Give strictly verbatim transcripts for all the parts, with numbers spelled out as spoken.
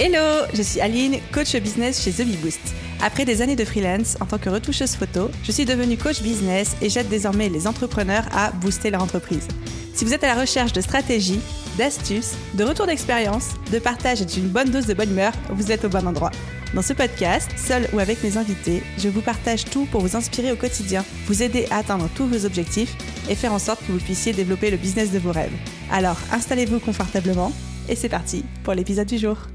Hello, je suis Aline, coach business chez The Bee Boost. Après des années de freelance en tant que retoucheuse photo, je suis devenue coach business et j'aide désormais les entrepreneurs à booster leur entreprise. Si vous êtes à la recherche de stratégies, d'astuces, de retours d'expérience, de partage et d'une bonne dose de bonne humeur, vous êtes au bon endroit. Dans ce podcast, seul ou avec mes invités, je vous partage tout pour vous inspirer au quotidien, vous aider à atteindre tous vos objectifs et faire en sorte que vous puissiez développer le business de vos rêves. Alors, installez-vous confortablement et c'est parti pour l'épisode du jour.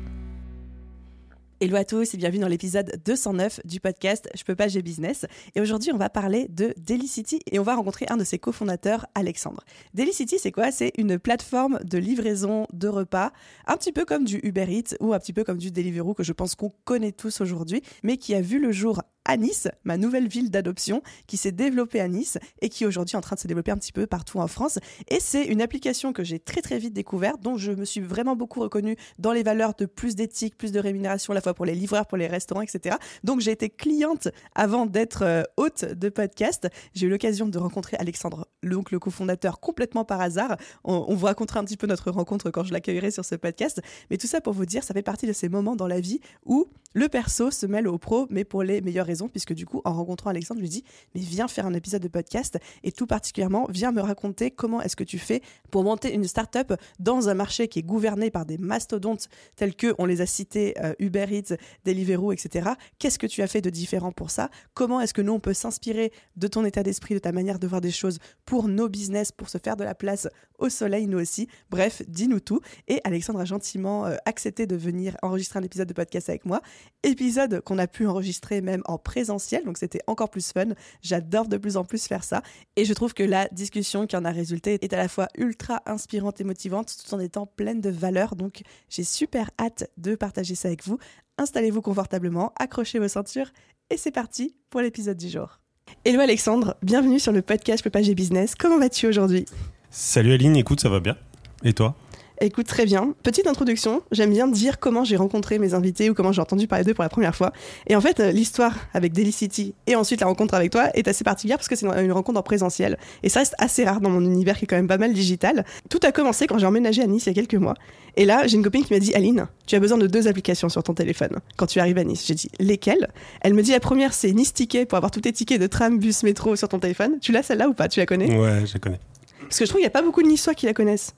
Hello à tous et bienvenue dans l'épisode deux cent neuf du podcast Je peux pas, j'ai business. Et aujourd'hui, on va parler de Delicity et on va rencontrer un de ses cofondateurs, Alexandre. Delicity, c'est quoi ? C'est une plateforme de livraison de repas, un petit peu comme du Uber Eats ou un petit peu comme du Deliveroo que je pense qu'on connaît tous aujourd'hui, mais qui a vu le jour à Nice, ma nouvelle ville d'adoption, qui s'est développée à Nice et qui est aujourd'hui en train de se développer un petit peu partout en France. Et c'est une application que j'ai très très vite découverte, dont je me suis vraiment beaucoup reconnue dans les valeurs de plus d'éthique, plus de rémunération, à la fois pour les livreurs, pour les restaurants, et cetera. Donc j'ai été cliente avant d'être euh, hôte de podcast. J'ai eu l'occasion de rencontrer Alexandre, donc le cofondateur, complètement par hasard. On, on vous racontera un petit peu notre rencontre quand je l'accueillerai sur ce podcast. Mais tout ça pour vous dire, ça fait partie de ces moments dans la vie où le perso se mêle au pro, mais pour les meilleures raisons, puisque du coup, en rencontrant Alexandre, je lui dis « mais viens faire un épisode de podcast et tout particulièrement, viens me raconter comment est-ce que tu fais pour monter une start-up dans un marché qui est gouverné par des mastodontes tels que, on les a cités, euh, Uber Eats, Deliveroo, et cetera. Qu'est-ce que tu as fait de différent pour ça ? Comment est-ce que nous, on peut s'inspirer de ton état d'esprit, de ta manière de voir des choses pour nos business, pour se faire de la place au soleil, nous aussi ? Bref, dis-nous tout. » Et Alexandre a gentiment euh, accepté de venir enregistrer un épisode de podcast avec moi. Épisode qu'on a pu enregistrer même en présentiel, donc c'était encore plus fun. J'adore de plus en plus faire ça. Et je trouve que la discussion qui en a résulté est à la fois ultra inspirante et motivante, tout en étant pleine de valeur. Donc j'ai super hâte de partager ça avec vous. Installez-vous confortablement, accrochez vos ceintures et c'est parti pour l'épisode du jour. Hello Alexandre, bienvenue sur le podcast Je peux pas, j'ai business. Comment vas-tu aujourd'hui ? Salut Aline, écoute, ça va bien. Et toi ? Écoute, très bien. Petite introduction, j'aime bien dire comment j'ai rencontré mes invités ou comment j'ai entendu parler d'eux pour la première fois. Et en fait, l'histoire avec Delicity et ensuite la rencontre avec toi est assez particulière parce que c'est une rencontre en présentiel. Et ça reste assez rare dans mon univers qui est quand même pas mal digital. Tout a commencé quand j'ai emménagé à Nice il y a quelques mois. Et là, j'ai une copine qui m'a dit « Aline, tu as besoin de deux applications sur ton téléphone quand tu arrives à Nice. » J'ai dit « Lesquelles ?» Elle me dit « La première, c'est Nice Ticket pour avoir tous tes tickets de tram, bus, métro sur ton téléphone. Tu l'as celle-là ou pas ? Tu la connais ? » Ouais, je la connais. Parce que je trouve qu'il n'y a pas beaucoup de Niçois qui la connaissent.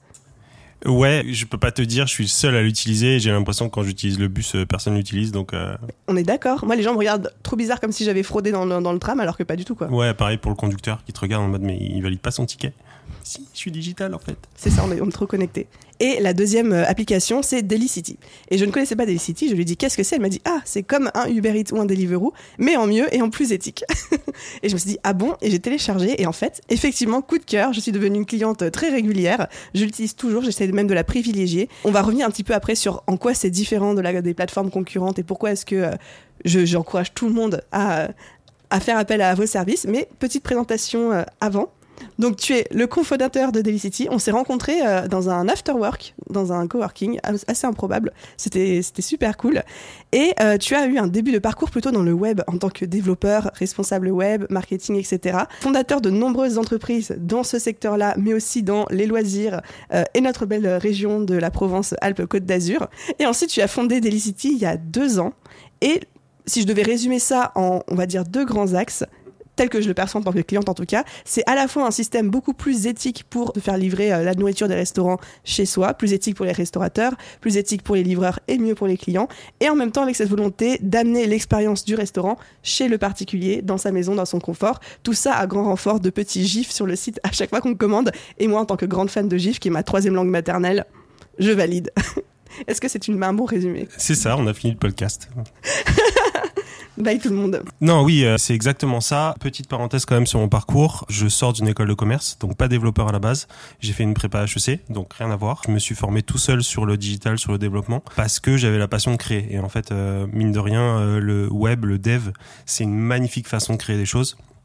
Ouais, je peux pas te dire, je suis le seul à l'utiliser et j'ai l'impression que quand j'utilise le bus, personne l'utilise, donc... Euh... On est d'accord. Moi, les gens me regardent trop bizarre comme si j'avais fraudé dans le, dans le tram, alors que pas du tout, quoi. Ouais, pareil pour le conducteur qui te regarde en mode, mais il valide pas son ticket. Si, je suis digital, en fait. C'est ça, on est, on est trop connectés. Et la deuxième application, c'est Delicity. Et je ne connaissais pas Delicity, je lui ai dit qu'est-ce que c'est ? Elle m'a dit ah, c'est comme un Uber Eats ou un Deliveroo, mais en mieux et en plus éthique. Et je me suis dit ah bon ? Et j'ai téléchargé et en fait, effectivement, coup de cœur, je suis devenue une cliente très régulière. Je l'utilise toujours, j'essaie même de la privilégier. On va revenir un petit peu après sur en quoi c'est différent de la, des plateformes concurrentes et pourquoi est-ce que euh, je, j'encourage tout le monde à, à faire appel à vos services. Mais petite présentation euh, avant. Donc tu es le cofondateur de Delicity. On s'est rencontrés euh, dans un afterwork, dans un coworking assez improbable. C'était, c'était super cool. Et euh, tu as eu un début de parcours plutôt dans le web en tant que développeur, responsable web, marketing, et cetera. Fondateur de nombreuses entreprises dans ce secteur-là, mais aussi dans les loisirs euh, et notre belle région de la Provence-Alpes-Côte d'Azur. Et ensuite tu as fondé Delicity il y a deux ans. Et si je devais résumer ça en, on va dire, deux grands axes, tel que je le perçois en tant que cliente en tout cas, c'est à la fois un système beaucoup plus éthique pour te faire livrer euh, la nourriture des restaurants chez soi, plus éthique pour les restaurateurs, plus éthique pour les livreurs et mieux pour les clients, et en même temps avec cette volonté d'amener l'expérience du restaurant chez le particulier, dans sa maison, dans son confort, tout ça à grand renfort de petits gifs sur le site à chaque fois qu'on commande, et moi en tant que grande fan de gifs, qui est ma troisième langue maternelle, je valide. Est-ce que c'est une, un bon résumé ? C'est ça, on a fini le podcast. Bye tout le monde. Non, oui, euh, c'est exactement ça. Petite parenthèse quand même sur mon parcours. Je sors d'une école de commerce, donc pas développeur à la base. J'ai fait une prépa H E C, donc rien à voir. Je me suis formé tout seul sur le digital, sur le développement, parce que j'avais la passion de créer. Et en fait, euh, mine de rien, euh, le web, le dev, c'est une magnifique façon de créer des choses.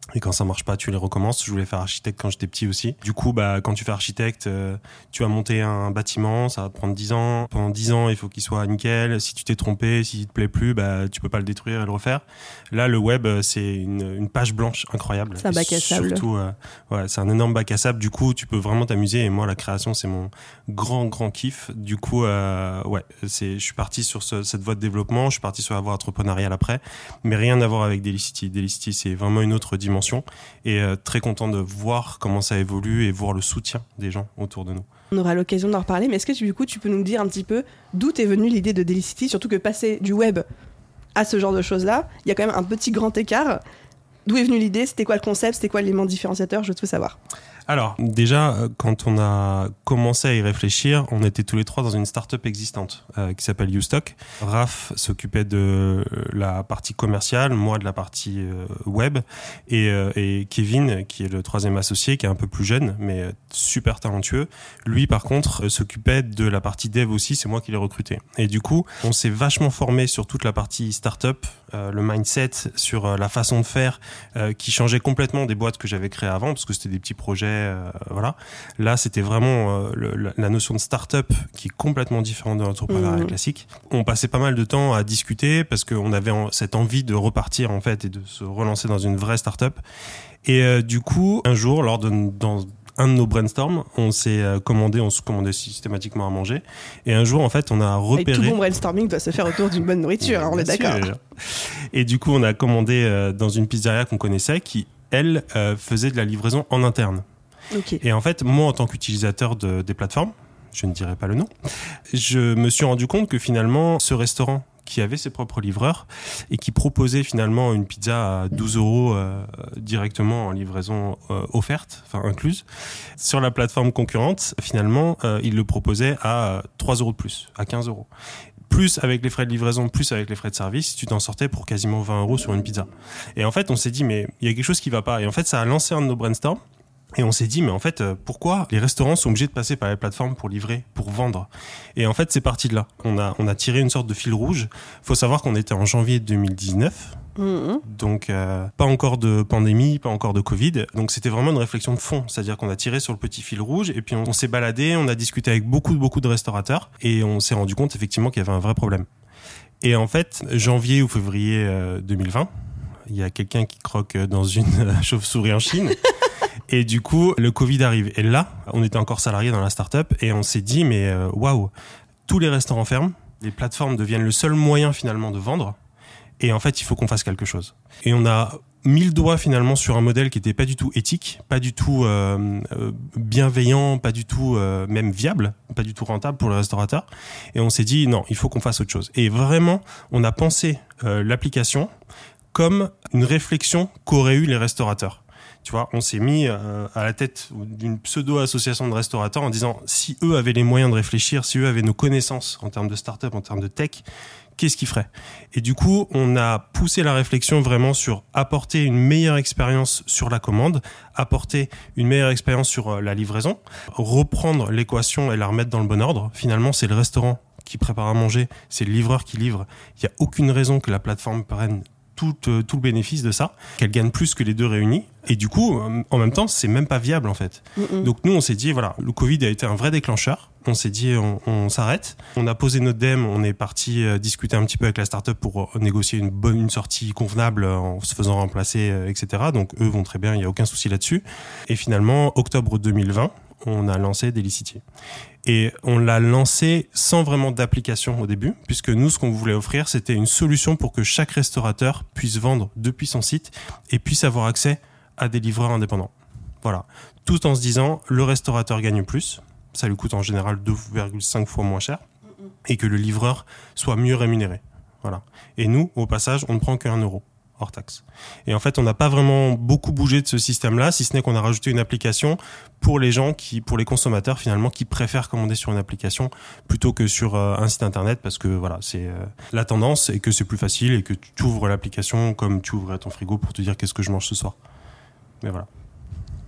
Et quand ça marche pas, tu les recommences. Je voulais faire architecte quand j'étais petit aussi. Du coup, bah, quand tu fais architecte, euh, tu vas monter un bâtiment, ça va te prendre dix ans. Pendant dix ans, il faut qu'il soit nickel. Si tu t'es trompé, s'il te plaît plus, bah, tu peux pas le détruire et le refaire. Là, le web, c'est une, une page blanche incroyable. C'est un bac à sable. Surtout, euh, ouais, c'est un énorme bac à sable. Du coup, tu peux vraiment t'amuser. Et moi, la création, c'est mon grand, grand kiff. Du coup, euh, ouais, c'est, je suis parti sur ce, cette voie de développement. Je suis parti sur la voie entrepreneuriale après. Mais rien à voir avec Delicity. Delicity, c'est vraiment une autre dimension. Et euh, très content de voir comment ça évolue et voir le soutien des gens autour de nous. On aura l'occasion d'en reparler, mais est-ce que du coup tu peux nous dire un petit peu d'où est venue l'idée de Delicity, surtout que passer du web à ce genre de choses-là, il y a quand même un petit grand écart. D'où est venue l'idée? C'était quoi le concept? C'était quoi l'élément différenciateur? Je veux tout savoir. Alors, déjà, quand on a commencé à y réfléchir, on était tous les trois dans une start-up existante euh, qui s'appelle YouStock. Raph s'occupait de la partie commerciale, moi de la partie euh, web, et, euh, et Kevin, qui est le troisième associé, qui est un peu plus jeune, mais super talentueux. Lui, par contre, euh, s'occupait de la partie dev aussi, c'est moi qui l'ai recruté. Et du coup, on s'est vachement formé sur toute la partie start-up, euh, le mindset, sur euh, la façon de faire, euh, qui changeait complètement des boîtes que j'avais créées avant, parce que c'était des petits projets. Euh, voilà. Là, c'était vraiment euh, le, la notion de start-up qui est complètement différente de l'entrepreneuriat mmh. classique. On passait pas mal de temps à discuter parce qu'on avait en, cette envie de repartir en fait et de se relancer dans une vraie start-up. Et euh, du coup, un jour, lors de dans un de nos brainstorms, on s'est commandé, on se commandait systématiquement à manger. Et un jour, en fait, on a repéré. Et tout bon brainstorming doit se faire autour d'une bonne nourriture, hein, on est d'accord. Sûr. Et du coup, on a commandé euh, dans une pizzeria qu'on connaissait qui, elle, euh, faisait de la livraison en interne. Okay. Et en fait, moi, en tant qu'utilisateur de, des plateformes, je ne dirai pas le nom, je me suis rendu compte que finalement, ce restaurant qui avait ses propres livreurs et qui proposait finalement une pizza à douze euros euh, directement en livraison euh, offerte, enfin incluse, sur la plateforme concurrente, finalement, euh, il le proposait à trois euros de plus, à quinze euros. Plus avec les frais de livraison, plus avec les frais de service, tu t'en sortais pour quasiment vingt euros sur une pizza. Et en fait, on s'est dit, mais il y a quelque chose qui va pas. Et en fait, ça a lancé un de nos brainstorms. Et on s'est dit, mais en fait, euh, pourquoi les restaurants sont obligés de passer par les plateformes pour livrer, pour vendre? Et en fait, c'est parti de là. On a, on a tiré une sorte de fil rouge. Faut savoir qu'on était en janvier deux mille dix-neuf. Mmh. Donc, euh, pas encore de pandémie, pas encore de Covid. Donc, c'était vraiment une réflexion de fond. C'est-à-dire qu'on a tiré sur le petit fil rouge et puis on, on s'est baladé, on a discuté avec beaucoup, beaucoup de restaurateurs et on s'est rendu compte effectivement qu'il y avait un vrai problème. Et en fait, janvier ou février euh, deux mille vingt, il y a quelqu'un qui croque dans une euh, chauve-souris en Chine. Et du coup, le Covid arrive. Et là, on était encore salariés dans la start-up et on s'est dit, mais waouh, wow, tous les restaurants ferment, les plateformes deviennent le seul moyen finalement de vendre. Et en fait, il faut qu'on fasse quelque chose. Et on a mis le doigt finalement sur un modèle qui était pas du tout éthique, pas du tout euh, bienveillant, pas du tout euh, même viable, pas du tout rentable pour le restaurateur. Et on s'est dit, non, il faut qu'on fasse autre chose. Et vraiment, on a pensé euh, l'application comme une réflexion qu'auraient eu les restaurateurs. Tu vois, on s'est mis euh, à la tête d'une pseudo-association de restaurateurs en disant si eux avaient les moyens de réfléchir, si eux avaient nos connaissances en termes de start-up, en termes de tech, qu'est-ce qu'ils feraient? Et du coup, on a poussé la réflexion vraiment sur apporter une meilleure expérience sur la commande, apporter une meilleure expérience sur euh, la livraison, reprendre l'équation et la remettre dans le bon ordre. Finalement, c'est le restaurant qui prépare à manger, c'est le livreur qui livre. Il n'y a aucune raison que la plateforme prenne Tout, euh, tout le bénéfice de ça, qu'elle gagne plus que les deux réunis. Et du coup, euh, en même temps, c'est même pas viable en fait. Mm-mm. Donc nous, on s'est dit, voilà, le Covid a été un vrai déclencheur. On s'est dit, on, on s'arrête. On a posé notre D E M, on est parti euh, discuter un petit peu avec la startup pour euh, négocier une bonne une sortie convenable euh, en se faisant remplacer, euh, et cetera. Donc eux vont très bien, il y a aucun souci là-dessus. Et finalement, octobre deux mille vingt, on a lancé Delicity. Et on l'a lancé sans vraiment d'application au début, puisque nous, ce qu'on voulait offrir, c'était une solution pour que chaque restaurateur puisse vendre depuis son site et puisse avoir accès à des livreurs indépendants. Voilà. Tout en se disant, le restaurateur gagne plus, ça lui coûte en général deux virgule cinq fois moins cher, et que le livreur soit mieux rémunéré. Voilà. Et nous, au passage, on ne prend qu'un euro. Hors taxe. Et en fait, on n'a pas vraiment beaucoup bougé de ce système-là, si ce n'est qu'on a rajouté une application pour les gens qui, pour les consommateurs finalement, qui préfèrent commander sur une application plutôt que sur euh, un site internet parce que voilà, c'est euh, la tendance et que c'est plus facile et que tu ouvres l'application comme tu ouvrais ton frigo pour te dire qu'est-ce que je mange ce soir. Mais voilà.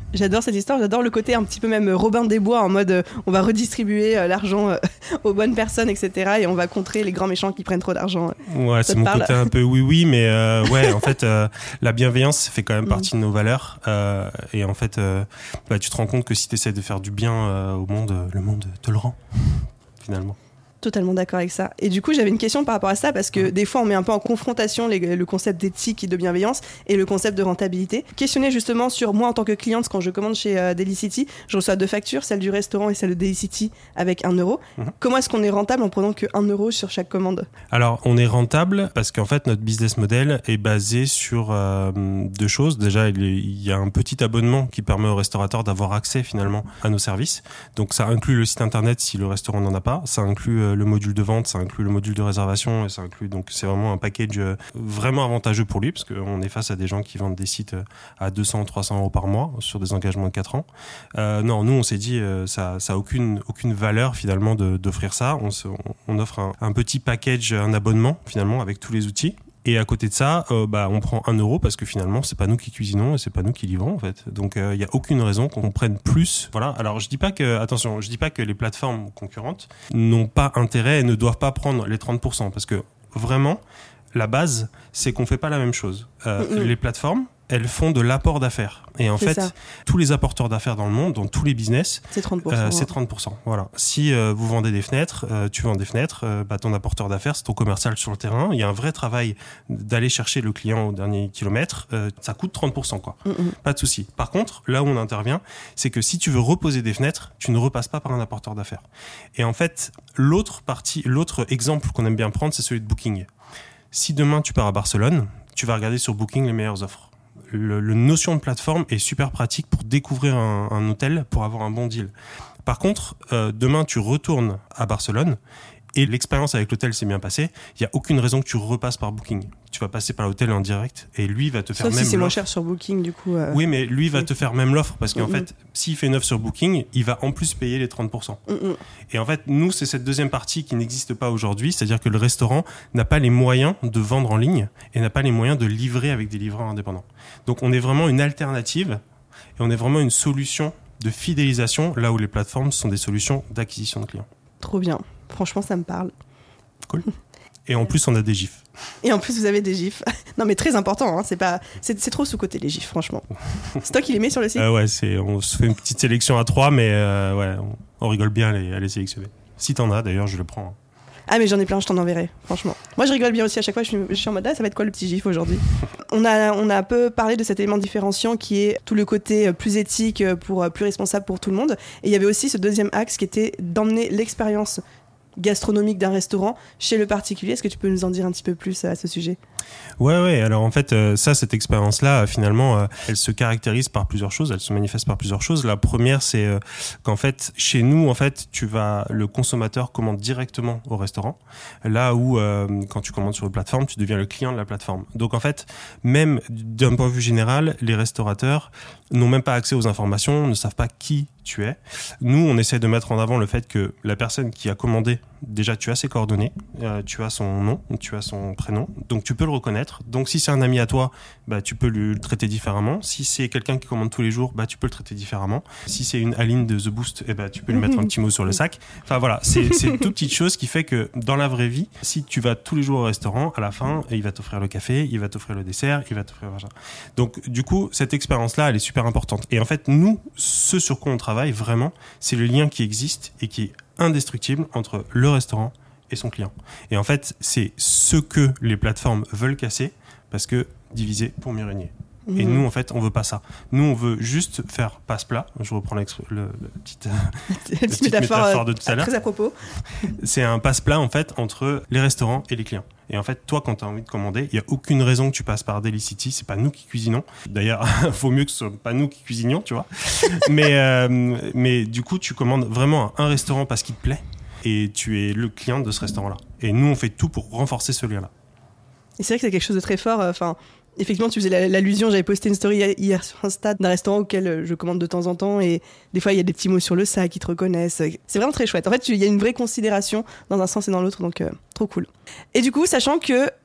J'adore cette histoire, j'adore le côté un petit peu même Robin des Bois, en mode euh, on va redistribuer euh, l'argent euh, aux bonnes personnes, et cetera. Et on va contrer les grands méchants qui prennent trop d'argent. Ouais, Ça c'est mon parle côté un peu oui-oui, mais euh, ouais, en fait, euh, la bienveillance fait quand même partie de nos valeurs. Euh, et en fait, euh, bah, tu te rends compte que si tu essaies de faire du bien euh, au monde, euh, le monde te le rend, finalement. Totalement d'accord avec ça. Et du coup, j'avais une question par rapport à ça, parce que des fois, on met un peu en confrontation les, le concept d'éthique et de bienveillance et le concept de rentabilité. Questionner justement sur moi en tant que cliente, quand je commande chez euh, Delicity, je reçois deux factures, celle du restaurant et celle de Delicity avec un euro. Mm-hmm. Comment est-ce qu'on est rentable en prenant que un euro sur chaque commande ? Alors, on est rentable parce qu'en fait, notre business model est basé sur euh, deux choses. Déjà, il, est, il y a un petit abonnement qui permet aux restaurateurs d'avoir accès finalement à nos services. Donc, ça inclut le site internet si le restaurant n'en a pas. Ça inclut euh, le module de vente, ça inclut le module de réservation et ça inclut, donc c'est vraiment un package vraiment avantageux pour lui parce qu'on est face à des gens qui vendent des sites à deux cents, trois cents euros par mois sur des engagements de quatre ans. Euh, non, nous on s'est dit euh, ça, ça a aucune, aucune valeur finalement de, d'offrir ça. On, se, on offre un, un petit package, un abonnement finalement avec tous les outils. Et à côté de ça, euh, bah, on prend un euro parce que finalement, c'est pas nous qui cuisinons et c'est pas nous qui livrons en fait. Donc, il euh, y a aucune raison qu'on prenne plus. Voilà. Alors, je dis pas que, attention, je dis pas que les plateformes concurrentes n'ont pas intérêt et ne doivent pas prendre les trente pour cent parce que vraiment, la base, c'est qu'on fait pas la même chose. Euh, mmh. Les plateformes, elles font de l'apport d'affaires. Et en c'est fait, ça. Tous les apporteurs d'affaires dans le monde, dans tous les business, c'est trente pour cent. Euh, c'est trente pour cent. Voilà. Si euh, vous vendez des fenêtres, euh, tu vends des fenêtres, euh, bah, ton apporteur d'affaires, c'est ton commercial sur le terrain. Il y a un vrai travail d'aller chercher le client au dernier kilomètre. Euh, ça coûte trente pour cent, quoi. Mm-hmm. Pas de souci. Par contre, là où on intervient, c'est que si tu veux reposer des fenêtres, tu ne repasses pas par un apporteur d'affaires. Et en fait, l'autre partie, l'autre exemple qu'on aime bien prendre, c'est celui de Booking. Si demain tu pars à Barcelone, tu vas regarder sur Booking les meilleures offres. Le, le notion de plateforme est super pratique pour découvrir un, un hôtel, pour avoir un bon deal. Par contre, euh, demain, tu retournes à Barcelone et l'expérience avec l'hôtel s'est bien passée. Il n'y a aucune raison que tu repasses par Booking. Tu vas passer par l'hôtel en direct et lui va te faire Sauf même si c'est l'offre. Moins cher sur Booking, du coup. Euh... Oui, mais lui va oui. te faire même l'offre parce qu'en mm-hmm. fait, s'il fait une offre sur Booking, il va en plus payer les trente pour cent. Mm-hmm. Et en fait, nous, c'est cette deuxième partie qui n'existe pas aujourd'hui, c'est-à-dire que le restaurant n'a pas les moyens de vendre en ligne et n'a pas les moyens de livrer avec des livreurs indépendants. Donc, on est vraiment une alternative et on est vraiment une solution de fidélisation là où les plateformes sont des solutions d'acquisition de clients. Trop bien. Franchement, ça me parle. Cool. Et en plus, on a des gifs. Et en plus, vous avez des gifs. Non, mais très important. Hein. C'est pas, c'est, c'est trop sous-côté les gifs, franchement. C'est toi qui les mets sur le site. euh, Ouais, c'est, on se fait une petite sélection à trois, mais euh, ouais, on, on rigole bien à les, à les sélectionner. Si t'en as, d'ailleurs, je le prends. Ah, mais j'en ai plein, je t'en enverrai, franchement. Moi, je rigole bien aussi à chaque fois. Je suis, je suis en mode, ah, ça va être quoi le petit gif aujourd'hui ? On a, on a un peu parlé de cet élément différenciant qui est tout le côté plus éthique, pour, plus responsable pour tout le monde. Et il y avait aussi ce deuxième axe qui était d'emmener l'expérience gastronomique d'un restaurant chez le particulier. Est-ce que tu peux nous en dire un petit peu plus à ce sujet ? Ouais, ouais. Alors en fait, euh, ça, cette expérience-là, finalement, euh, elle se caractérise par plusieurs choses. Elle se manifeste par plusieurs choses. La première, c'est euh, qu'en fait, chez nous, en fait, tu vas, le consommateur commande directement au restaurant. Là où, euh, quand tu commandes sur une plateforme, tu deviens le client de la plateforme. Donc en fait, même d'un point de vue général, les restaurateurs n'ont même pas accès aux informations, ne savent pas qui tu es. Nous, on essaie de mettre en avant le fait que la personne qui a commandé, déjà, tu as ses coordonnées, euh, tu as son nom, tu as son prénom, donc tu peux le reconnaître. Donc si c'est un ami à toi, bah, tu peux le traiter différemment. Si c'est quelqu'un qui commande tous les jours, bah, tu peux le traiter différemment. Si c'est une Aline de The Boost, eh bah, tu peux lui mettre un petit mot sur le sac. Enfin voilà, c'est, c'est une toute petite chose qui fait que dans la vraie vie, si tu vas tous les jours au restaurant, à la fin, il va t'offrir le café, il va t'offrir le dessert, il va t'offrir machin. Donc du coup, cette expérience-là, elle est super importante. Et en fait, nous, ce sur quoi on travaille vraiment, c'est le lien qui existe et qui est indestructible entre le restaurant et son client. Et en fait, c'est ce que les plateformes veulent casser parce que diviser pour mieux régner. Mmh. Et nous, en fait, on veut pas ça. Nous, on veut juste faire passe-plat. Je reprends le, le, le petite, la petite métaphore, métaphore de tout à l'heure. Très à propos. C'est un passe-plat, en fait, entre les restaurants et les clients. Et en fait, toi, quand tu as envie de commander, il n'y a aucune raison que tu passes par Delicity. C'est pas nous qui cuisinons. D'ailleurs, il vaut mieux que ce soit pas nous qui cuisinions, tu vois. mais, euh, mais du coup, tu commandes vraiment à un restaurant parce qu'il te plaît. Et tu es le client de ce restaurant-là. Et nous, on fait tout pour renforcer ce lien-là. Et c'est vrai que c'est quelque chose de très fort. Enfin, effectivement, tu faisais l'allusion. J'avais posté une story hier sur Insta d'un restaurant auquel je commande de temps en temps. Et des fois, il y a des petits mots sur le sac qui te reconnaissent. C'est vraiment très chouette. En fait, il y a une vraie considération dans un sens et dans l'autre. Donc, euh, trop cool. Et du coup, sachant que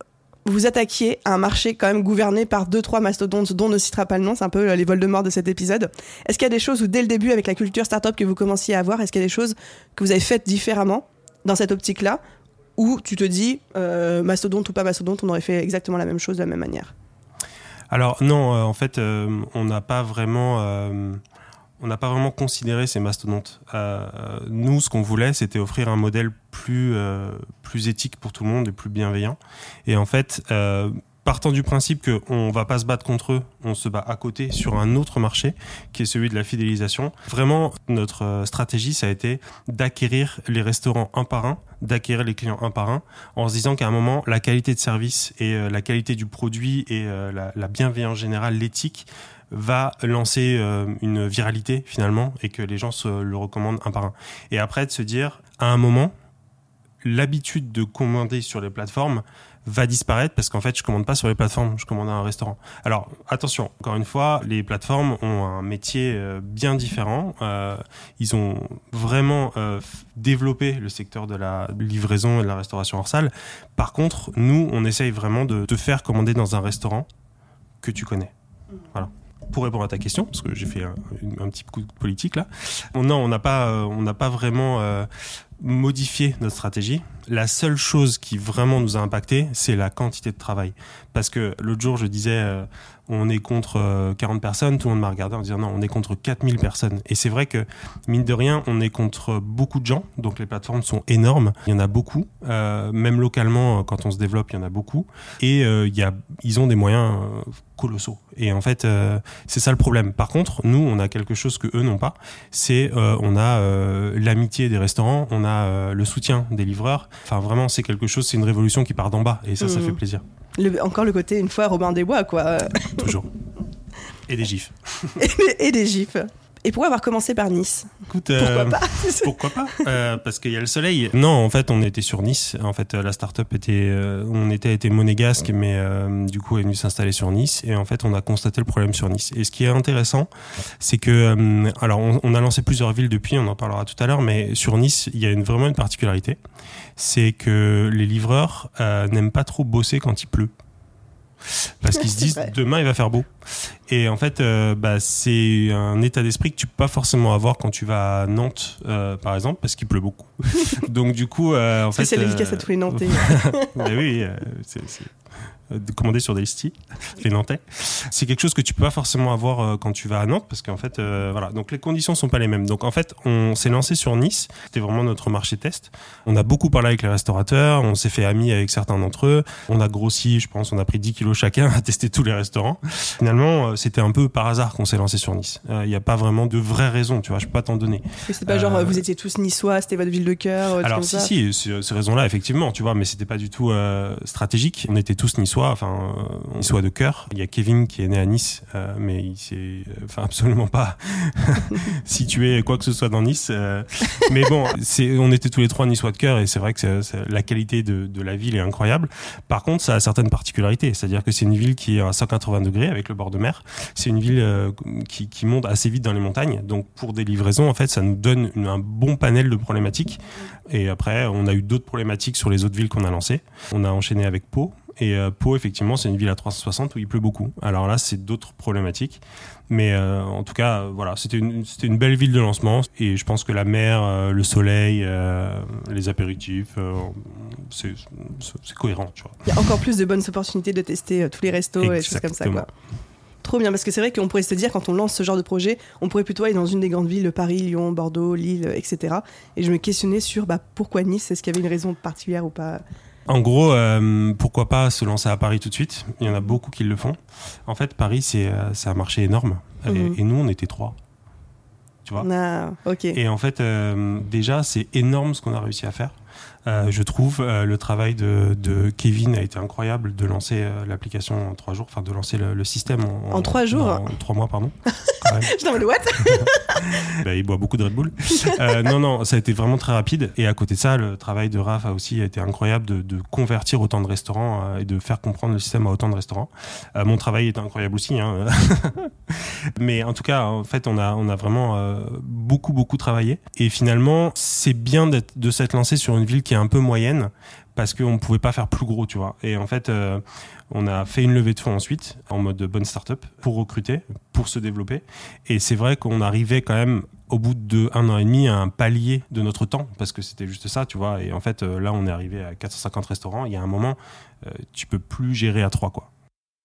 vous attaquiez à un marché quand même gouverné par deux, trois mastodontes dont on ne citera pas le nom, c'est un peu les Voldemort de cet épisode. Est-ce qu'il y a des choses où dès le début, avec la culture startup que vous commenciez à avoir, est-ce qu'il y a des choses que vous avez faites différemment dans cette optique-là, où tu te dis, euh, mastodonte ou pas mastodonte, on aurait fait exactement la même chose de la même manière? Alors non, euh, en fait, euh, on n'a pas vraiment... Euh... On n'a pas vraiment considéré ces mastodontes. Euh, nous, ce qu'on voulait, c'était offrir un modèle plus, euh, plus éthique pour tout le monde et plus bienveillant. Et en fait, euh, partant du principe qu'on ne va pas se battre contre eux, on se bat à côté sur un autre marché, qui est celui de la fidélisation. Vraiment, notre stratégie, ça a été d'acquérir les restaurants un par un, d'acquérir les clients un par un, en se disant qu'à un moment, la qualité de service et euh, la qualité du produit et euh, la, la bienveillance générale, l'éthique, va lancer euh, une viralité finalement et que les gens se le recommandent un par un. Et après de se dire, à un moment, l'habitude de commander sur les plateformes va disparaître parce qu'en fait, je commande pas sur les plateformes, je commande à un restaurant. Alors, attention, encore une fois, les plateformes ont un métier euh, bien différent. Euh, ils ont vraiment euh, développé le secteur de la livraison et de la restauration hors salle. Par contre, nous, on essaye vraiment de te faire commander dans un restaurant que tu connais. Voilà. Pour répondre à ta question, parce que j'ai fait un, un petit coup de politique là, non, on n'a pas, euh, on n'a pas vraiment euh, modifié notre stratégie. La seule chose qui vraiment nous a impacté, c'est la quantité de travail. Parce que l'autre jour, je disais, euh, on est contre euh, quarante personnes, tout le monde m'a regardé en disant non, on est contre quatre mille personnes. Et c'est vrai que, mine de rien, on est contre beaucoup de gens, donc les plateformes sont énormes, il y en a beaucoup, euh, même localement, quand on se développe, il y en a beaucoup, et euh, il y a, ils ont des moyens euh, colossaux. Et en fait, euh, c'est ça le problème. Par contre, nous, on a quelque chose que eux n'ont pas, c'est euh, on a euh, l'amitié des restaurants, on a euh, le soutien des livreurs. Enfin, vraiment, c'est quelque chose, c'est une révolution qui part d'en bas, et ça, mmh. ça fait plaisir. Le, encore le côté une fois Robin des Bois, quoi. Toujours. Et des gifs. et, et des gifs. Et pourquoi avoir commencé par Nice ? Écoute, pourquoi euh, pas Pourquoi pas euh, Parce qu'il y a le soleil. Non, en fait, on était sur Nice. En fait, la start-up était, euh, on était, était monégasque, mais euh, du coup, elle est venue s'installer sur Nice. Et en fait, on a constaté le problème sur Nice. Et ce qui est intéressant, c'est que, euh, alors, on, on a lancé plusieurs villes depuis, on en parlera tout à l'heure, mais sur Nice, il y a une, vraiment une particularité, c'est que les livreurs euh, n'aiment pas trop bosser quand il pleut. Parce qu'ils se disent demain il va faire beau, et en fait euh, bah, c'est un état d'esprit que tu peux pas forcément avoir quand tu vas à Nantes euh, par exemple, parce qu'il pleut beaucoup. Donc du coup euh, en fait c'est l'efficace euh, à tous les Nantais. Mais oui, euh, c'est, c'est de commander sur Delsti, les Nantais. C'est quelque chose que tu peux pas forcément avoir euh, quand tu vas à Nantes, parce qu'en fait, euh, voilà. Donc les conditions sont pas les mêmes. Donc en fait, on s'est lancé sur Nice. C'était vraiment notre marché test. On a beaucoup parlé avec les restaurateurs. On s'est fait amis avec certains d'entre eux. On a grossi, je pense, on a pris dix kilos chacun à tester tous les restaurants. Finalement, euh, c'était un peu par hasard qu'on s'est lancé sur Nice. Il euh, y a pas vraiment de vraies raisons, tu vois. Je peux pas t'en donner. Et c'est pas euh... genre vous étiez tous niçois, c'était votre ville de cœur. Alors si, si, si, ces raisons-là, effectivement, tu vois, mais c'était pas du tout euh, stratégique. On était tous niçois. Enfin. Euh, Niçois de cœur. Il y a Kevin qui est né à Nice, euh, mais il s'est enfin, absolument pas situé quoi que ce soit dans Nice. Euh, mais bon, c'est, on était tous les trois Niçois de cœur, et c'est vrai que c'est, c'est, la qualité de, de la ville est incroyable. Par contre, ça a certaines particularités. C'est-à-dire que c'est une ville qui est à cent quatre-vingts degrés avec le bord de mer. C'est une ville euh, qui, qui monte assez vite dans les montagnes. Donc pour des livraisons, en fait, ça nous donne une, un bon panel de problématiques. Et après, on a eu d'autres problématiques sur les autres villes qu'on a lancées. On a enchaîné avec Pau. Et euh, Pau, effectivement, c'est une ville à trois cent soixante où il pleut beaucoup. Alors là, c'est d'autres problématiques. Mais euh, en tout cas, euh, voilà, c'était une, c'était une belle ville de lancement. Et je pense que la mer, euh, le soleil, euh, les apéritifs, euh, c'est, c'est, c'est cohérent, tu vois. Il y a encore plus de bonnes opportunités de tester euh, tous les restos. Exactement. Et des choses comme ça, quoi. Trop bien, parce que c'est vrai qu'on pourrait se dire, quand on lance ce genre de projet, on pourrait plutôt aller dans une des grandes villes, Paris, Lyon, Bordeaux, Lille, et cetera. Et je me questionnais sur bah, pourquoi Nice, est-ce qu'il y avait une raison particulière ou pas ? En gros, euh, pourquoi pas se lancer à Paris tout de suite ? Il y en a beaucoup qui le font. En fait, Paris, c'est, c'est un marché énorme. Mmh. Et, et nous, on était trois. Tu vois ? Ah, ok. Et en fait, euh, déjà, c'est énorme ce qu'on a réussi à faire. Euh, je trouve euh, le travail de, de Kevin a été incroyable, de lancer euh, l'application en trois jours, enfin de lancer le, le système en, en, en trois jours, en, en trois mois, pardon. Je t'en veux le what bah, il boit beaucoup de Red Bull. Euh, non, non, ça a été vraiment très rapide. Et à côté de ça, le travail de Raph a aussi été incroyable de, de convertir autant de restaurants euh, et de faire comprendre le système à autant de restaurants. Euh, mon travail est incroyable aussi, hein. Mais en tout cas, en fait, on a, on a vraiment euh, beaucoup, beaucoup travaillé. Et finalement, c'est bien d'être, de s'être lancé sur une ville qui est un peu moyenne, parce qu'on ne pouvait pas faire plus gros, tu vois. Et en fait, euh, on a fait une levée de fonds ensuite, en mode bonne start-up, pour recruter, pour se développer. Et c'est vrai qu'on arrivait quand même, au bout de un an et demi, à un palier de notre temps, parce que c'était juste ça, tu vois. Et en fait, euh, là, on est arrivé à quatre cent cinquante restaurants. Il y a un moment, euh, tu peux plus gérer à trois, quoi.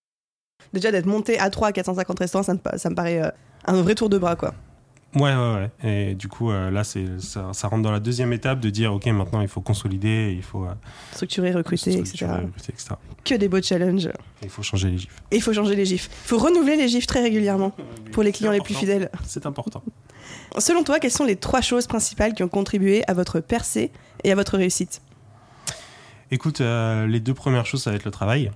Déjà, d'être monté à trois à quatre cent cinquante restaurants, ça me, ça me paraît euh, un vrai tour de bras, quoi. Ouais, ouais, ouais. Et du coup, euh, là, c'est, ça, ça rentre dans la deuxième étape de dire, OK, maintenant, il faut consolider, il faut... Euh, structurer, recruter, structurer, et cetera. recruter, et cetera. Que des beaux challenges. Et il faut changer les gifs. Et il faut changer les gifs. Il faut renouveler les gifs très régulièrement pour les clients les plus fidèles. C'est important. Selon toi, quelles sont les trois choses principales qui ont contribué à votre percée et à votre réussite ? Écoute, euh, les deux premières choses, ça va être le travail.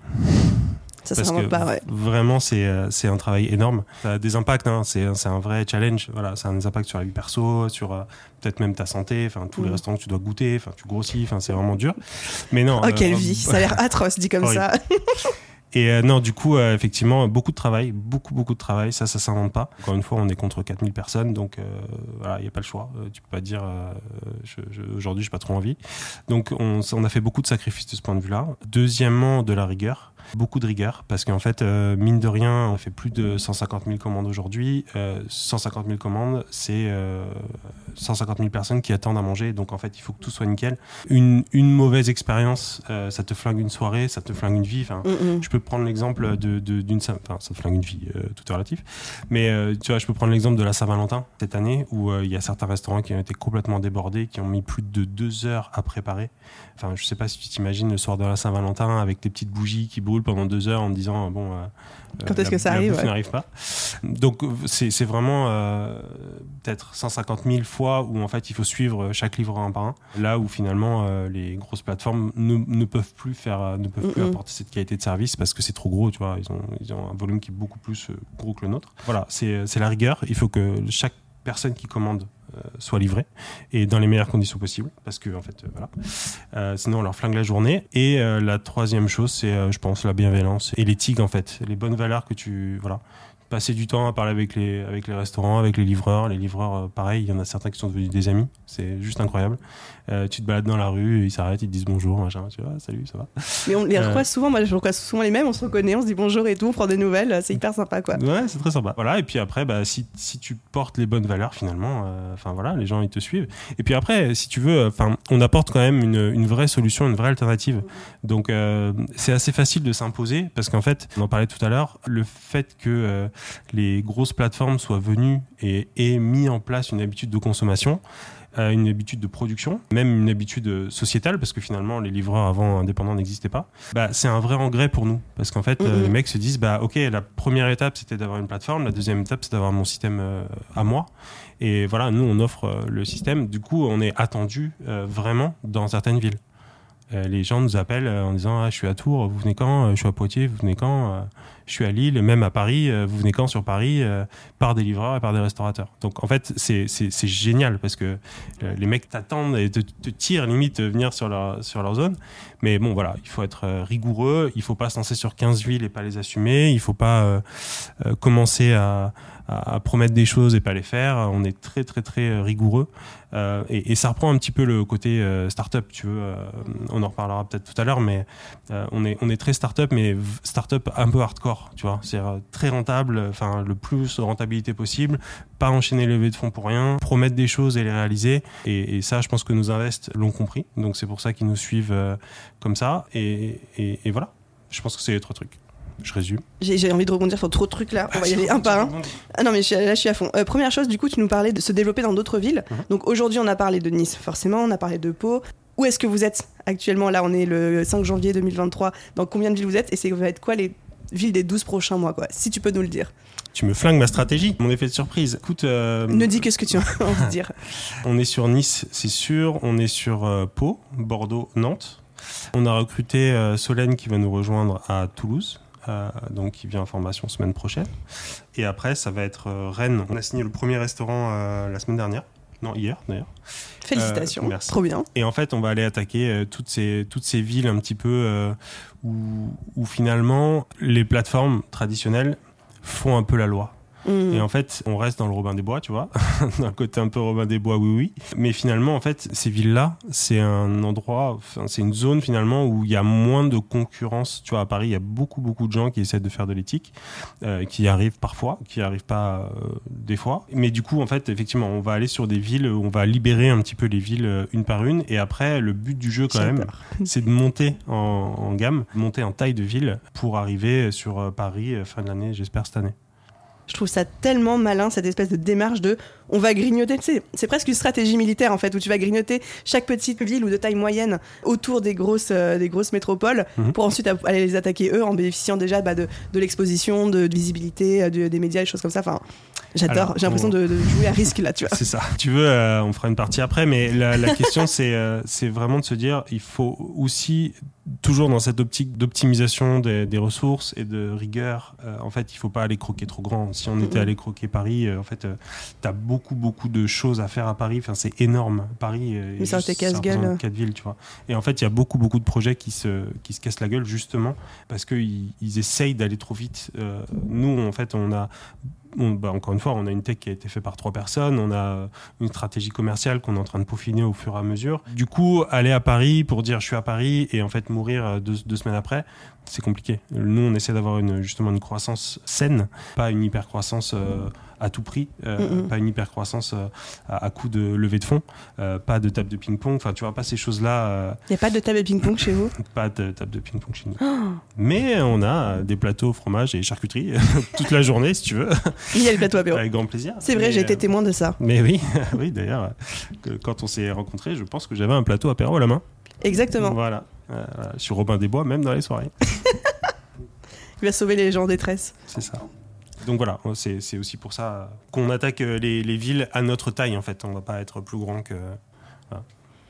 Ça, Parce c'est vraiment que pas, ouais. Vraiment, c'est, euh, c'est un travail énorme. Ça a des impacts, hein, c'est, c'est un vrai challenge. Voilà, ça a des impacts sur la vie perso, sur euh, peut-être même ta santé, enfin tous mmh. les restaurants que tu dois goûter, enfin tu grossis, enfin c'est vraiment dur. Mais non. Oh, quelle euh, vie, ça a l'air atroce dit comme ça. Et euh, non, du coup, euh, effectivement, beaucoup de travail, beaucoup, beaucoup de travail. Ça, ça s'invente pas. Encore une fois, on est contre quatre mille personnes, donc euh, voilà, il n'y a pas le choix. Euh, tu peux pas dire, euh, je, je, aujourd'hui, j'ai pas trop envie. Donc, on, on a fait beaucoup de sacrifices de ce point de vue-là. Deuxièmement, de la rigueur. Beaucoup de rigueur, parce qu'en fait, euh, mine de rien, on fait plus de cent cinquante mille commandes aujourd'hui. Euh, cent cinquante mille commandes, c'est euh, cent cinquante mille personnes qui attendent à manger. Donc, en fait, il faut que tout soit nickel. Une, une mauvaise expérience, euh, ça te flingue une soirée, ça te flingue une vie. Enfin, mm-hmm. Je peux prendre l'exemple de, de, d'une... Enfin, ça te flingue une vie, euh, tout est relatif. Mais euh, tu vois, je peux prendre l'exemple de la Saint-Valentin, cette année, où il euh, y a certains restaurants qui ont été complètement débordés, qui ont mis plus de deux heures à préparer. Enfin, je sais pas si tu t'imagines le soir de la Saint-Valentin avec tes petites bougies qui brûlent pendant deux heures en te disant bon euh, quand est-ce la, que ça la arrive bouffe ouais. n'arrive pas. Donc c'est, c'est vraiment euh, peut-être cent cinquante mille fois où en fait il faut suivre chaque livreur un par un. Là où finalement euh, les grosses plateformes ne, ne peuvent plus faire, ne peuvent mm-hmm. plus apporter cette qualité de service parce que c'est trop gros, tu vois. Ils ont, ils ont un volume qui est beaucoup plus gros que le nôtre. Voilà, c'est, c'est la rigueur. Il faut que chaque personne qui commande euh, soit livrée et dans les meilleures conditions possibles parce que en fait euh, voilà euh, sinon on leur flingue la journée. Et euh, la troisième chose c'est euh, je pense la bienveillance et l'éthique en fait, les bonnes valeurs que tu voilà, passer du temps à parler avec les avec les restaurants, avec les livreurs. Les livreurs euh, pareil, il y en a certains qui sont devenus des amis, c'est juste incroyable. Euh, tu te balades dans la rue, ils s'arrêtent, ils te disent bonjour, machin, tu vois, salut, ça va. Mais on les euh... recroise souvent, moi je recroise souvent les mêmes, on se reconnaît, on se dit bonjour et tout, on prend des nouvelles, c'est hyper sympa quoi. Ouais, c'est très sympa. Voilà, et puis après, bah, si, si tu portes les bonnes valeurs finalement, enfin euh, voilà, les gens ils te suivent. Et puis après, si tu veux, enfin, on apporte quand même une, une vraie solution, une vraie alternative. Donc euh, c'est assez facile de s'imposer parce qu'en fait, on en parlait tout à l'heure, le fait que euh, les grosses plateformes soient venues et aient mis en place une habitude de consommation, une habitude de production, même une habitude sociétale, parce que finalement les livreurs avant indépendants n'existaient pas, bah, c'est un vrai engrais pour nous, parce qu'en fait mm-hmm. les mecs se disent bah ok, la première étape c'était d'avoir une plateforme, la deuxième étape c'est d'avoir mon système euh, à moi, et voilà, nous on offre euh, le système, du coup on est attendu euh, vraiment dans certaines villes. Euh, les gens nous appellent euh, en disant ah, je suis à Tours, vous venez quand? Je suis à Poitiers, vous venez quand? euh, Je suis à Lille, même à Paris, euh, vous venez quand sur Paris euh, par des livreurs et par des restaurateurs. Donc en fait, c'est, c'est, c'est génial parce que euh, les mecs t'attendent et te, te tirent limite de venir sur leur, sur leur zone. Mais bon, voilà, il faut être euh, rigoureux, il ne faut pas se lancer sur quinze villes et pas les assumer, il ne faut pas euh, euh, commencer à, à, à promettre des choses et pas les faire. On est très, très, très rigoureux. Euh, et, et ça reprend un petit peu le côté euh, start-up, tu veux. Euh, on en reparlera peut-être tout à l'heure, mais euh, on est, on est très start-up, mais start-up un peu hardcore, tu vois. C'est très rentable, enfin le plus de rentabilité possible, pas enchaîner les levées de fonds pour rien, promettre des choses et les réaliser. Et, et ça, je pense que nos invests l'ont compris. Donc c'est pour ça qu'ils nous suivent euh, comme ça. Et, et, et voilà. Je pense que c'est les trois trucs. Je résume. J'ai, j'ai envie de rebondir sur trop de trucs là. On va y aller un par un. Ah non, mais je, là, je suis à fond. Euh, première chose, du coup, tu nous parlais de se développer dans d'autres villes. Mm-hmm. Donc aujourd'hui, on a parlé de Nice, forcément. On a parlé de Pau. Où est-ce que vous êtes actuellement? Là, on est le cinq janvier deux mille vingt-trois. Dans combien de villes vous êtes? Et c'est va être quoi les villes des douze prochains mois, quoi? Si tu peux nous le dire. Tu me flingues ma stratégie, mon effet de surprise. Écoute, euh... ne dis que ce que tu as envie de dire. On est sur Nice, c'est sûr. On est sur euh, Pau, Bordeaux, Nantes. On a recruté euh, Solène qui va nous rejoindre à Toulouse. Euh, donc qui vient en formation semaine prochaine. Et après, ça va être euh, Rennes. On a signé le premier restaurant euh, la semaine dernière. Non, hier d'ailleurs. Félicitations, euh, trop bien. Et en fait, on va aller attaquer euh, toutes ces toutes ces villes un petit peu euh, où, où finalement les plateformes traditionnelles font un peu la loi. Mmh. Et en fait, on reste dans le Robin des Bois, tu vois, d'un côté un peu Robin des Bois, oui, oui. Mais finalement, en fait, ces villes-là, c'est un endroit, enfin, c'est une zone finalement où il y a moins de concurrence. Tu vois, à Paris, il y a beaucoup, beaucoup de gens qui essaient de faire de l'éthique, euh, qui y arrivent parfois, qui n'y arrivent pas euh, des fois. Mais du coup, en fait, effectivement, on va aller sur des villes où on va libérer un petit peu les villes euh, une par une. Et après, le but du jeu, quand J'ai même, peur. c'est de monter en, en gamme, monter en taille de ville pour arriver sur euh, Paris euh, fin de l'année, j'espère cette année. Je trouve ça tellement malin, cette espèce de démarche de on va grignoter, tu sais, c'est presque une stratégie militaire en fait, où tu vas grignoter chaque petite ville ou de taille moyenne autour des grosses, euh, des grosses métropoles mmh. pour ensuite aller les attaquer eux en bénéficiant déjà bah, de, de l'exposition, de, de visibilité, de, des médias, des choses comme ça. Enfin, j'adore, Alors, j'ai l'impression on... de, de jouer à risque là, tu vois. C'est ça. Tu veux, euh, on fera une partie après, mais la, la question c'est, euh, c'est vraiment de se dire, il faut aussi toujours dans cette optique d'optimisation des, des ressources et de rigueur, euh, en fait, il faut pas aller croquer trop grand. Si on était mmh. allé croquer Paris, euh, en fait, euh, t'as beaucoup, beaucoup de choses à faire à Paris. Enfin, c'est énorme. Paris, euh, mais ça juste, casse-gueule. Quatre villes, tu vois. Et en fait, il y a beaucoup, beaucoup de projets qui se, qui se cassent la gueule justement parce qu'ils ils essayent d'aller trop vite. Euh, nous, en fait, on a On, bah encore une fois, on a une tech qui a été faite par trois personnes, on a une stratégie commerciale qu'on est en train de peaufiner au fur et à mesure. Du coup, aller à Paris pour dire je suis à Paris et en fait mourir deux, deux semaines après, c'est compliqué. Nous, on essaie d'avoir une, justement une croissance saine, pas une hyper croissance euh, à tout prix, euh, mm-hmm. pas une hyper croissance euh, à, à coup de levée de fonds, euh, pas de table de ping-pong, enfin tu vois, pas ces choses-là. Il euh... n'y a pas de table de ping-pong chez vous ? Pas de table de ping-pong chez nous. Oh. Mais on a des plateaux fromage et charcuterie toute la journée si tu veux. Il y a le plateau apéro. Avec grand plaisir. C'est vrai, mais, j'ai été témoin de ça. Mais oui, oui d'ailleurs, que, quand on s'est rencontrés, je pense que j'avais un plateau apéro à la main. Exactement. Voilà, euh, sur Robin des Bois, même dans les soirées. Il va sauver les gens en détresse. C'est ça. Donc voilà, c'est, c'est aussi pour ça qu'on attaque les, les villes à notre taille en fait. On ne va pas être plus grand que... Voilà.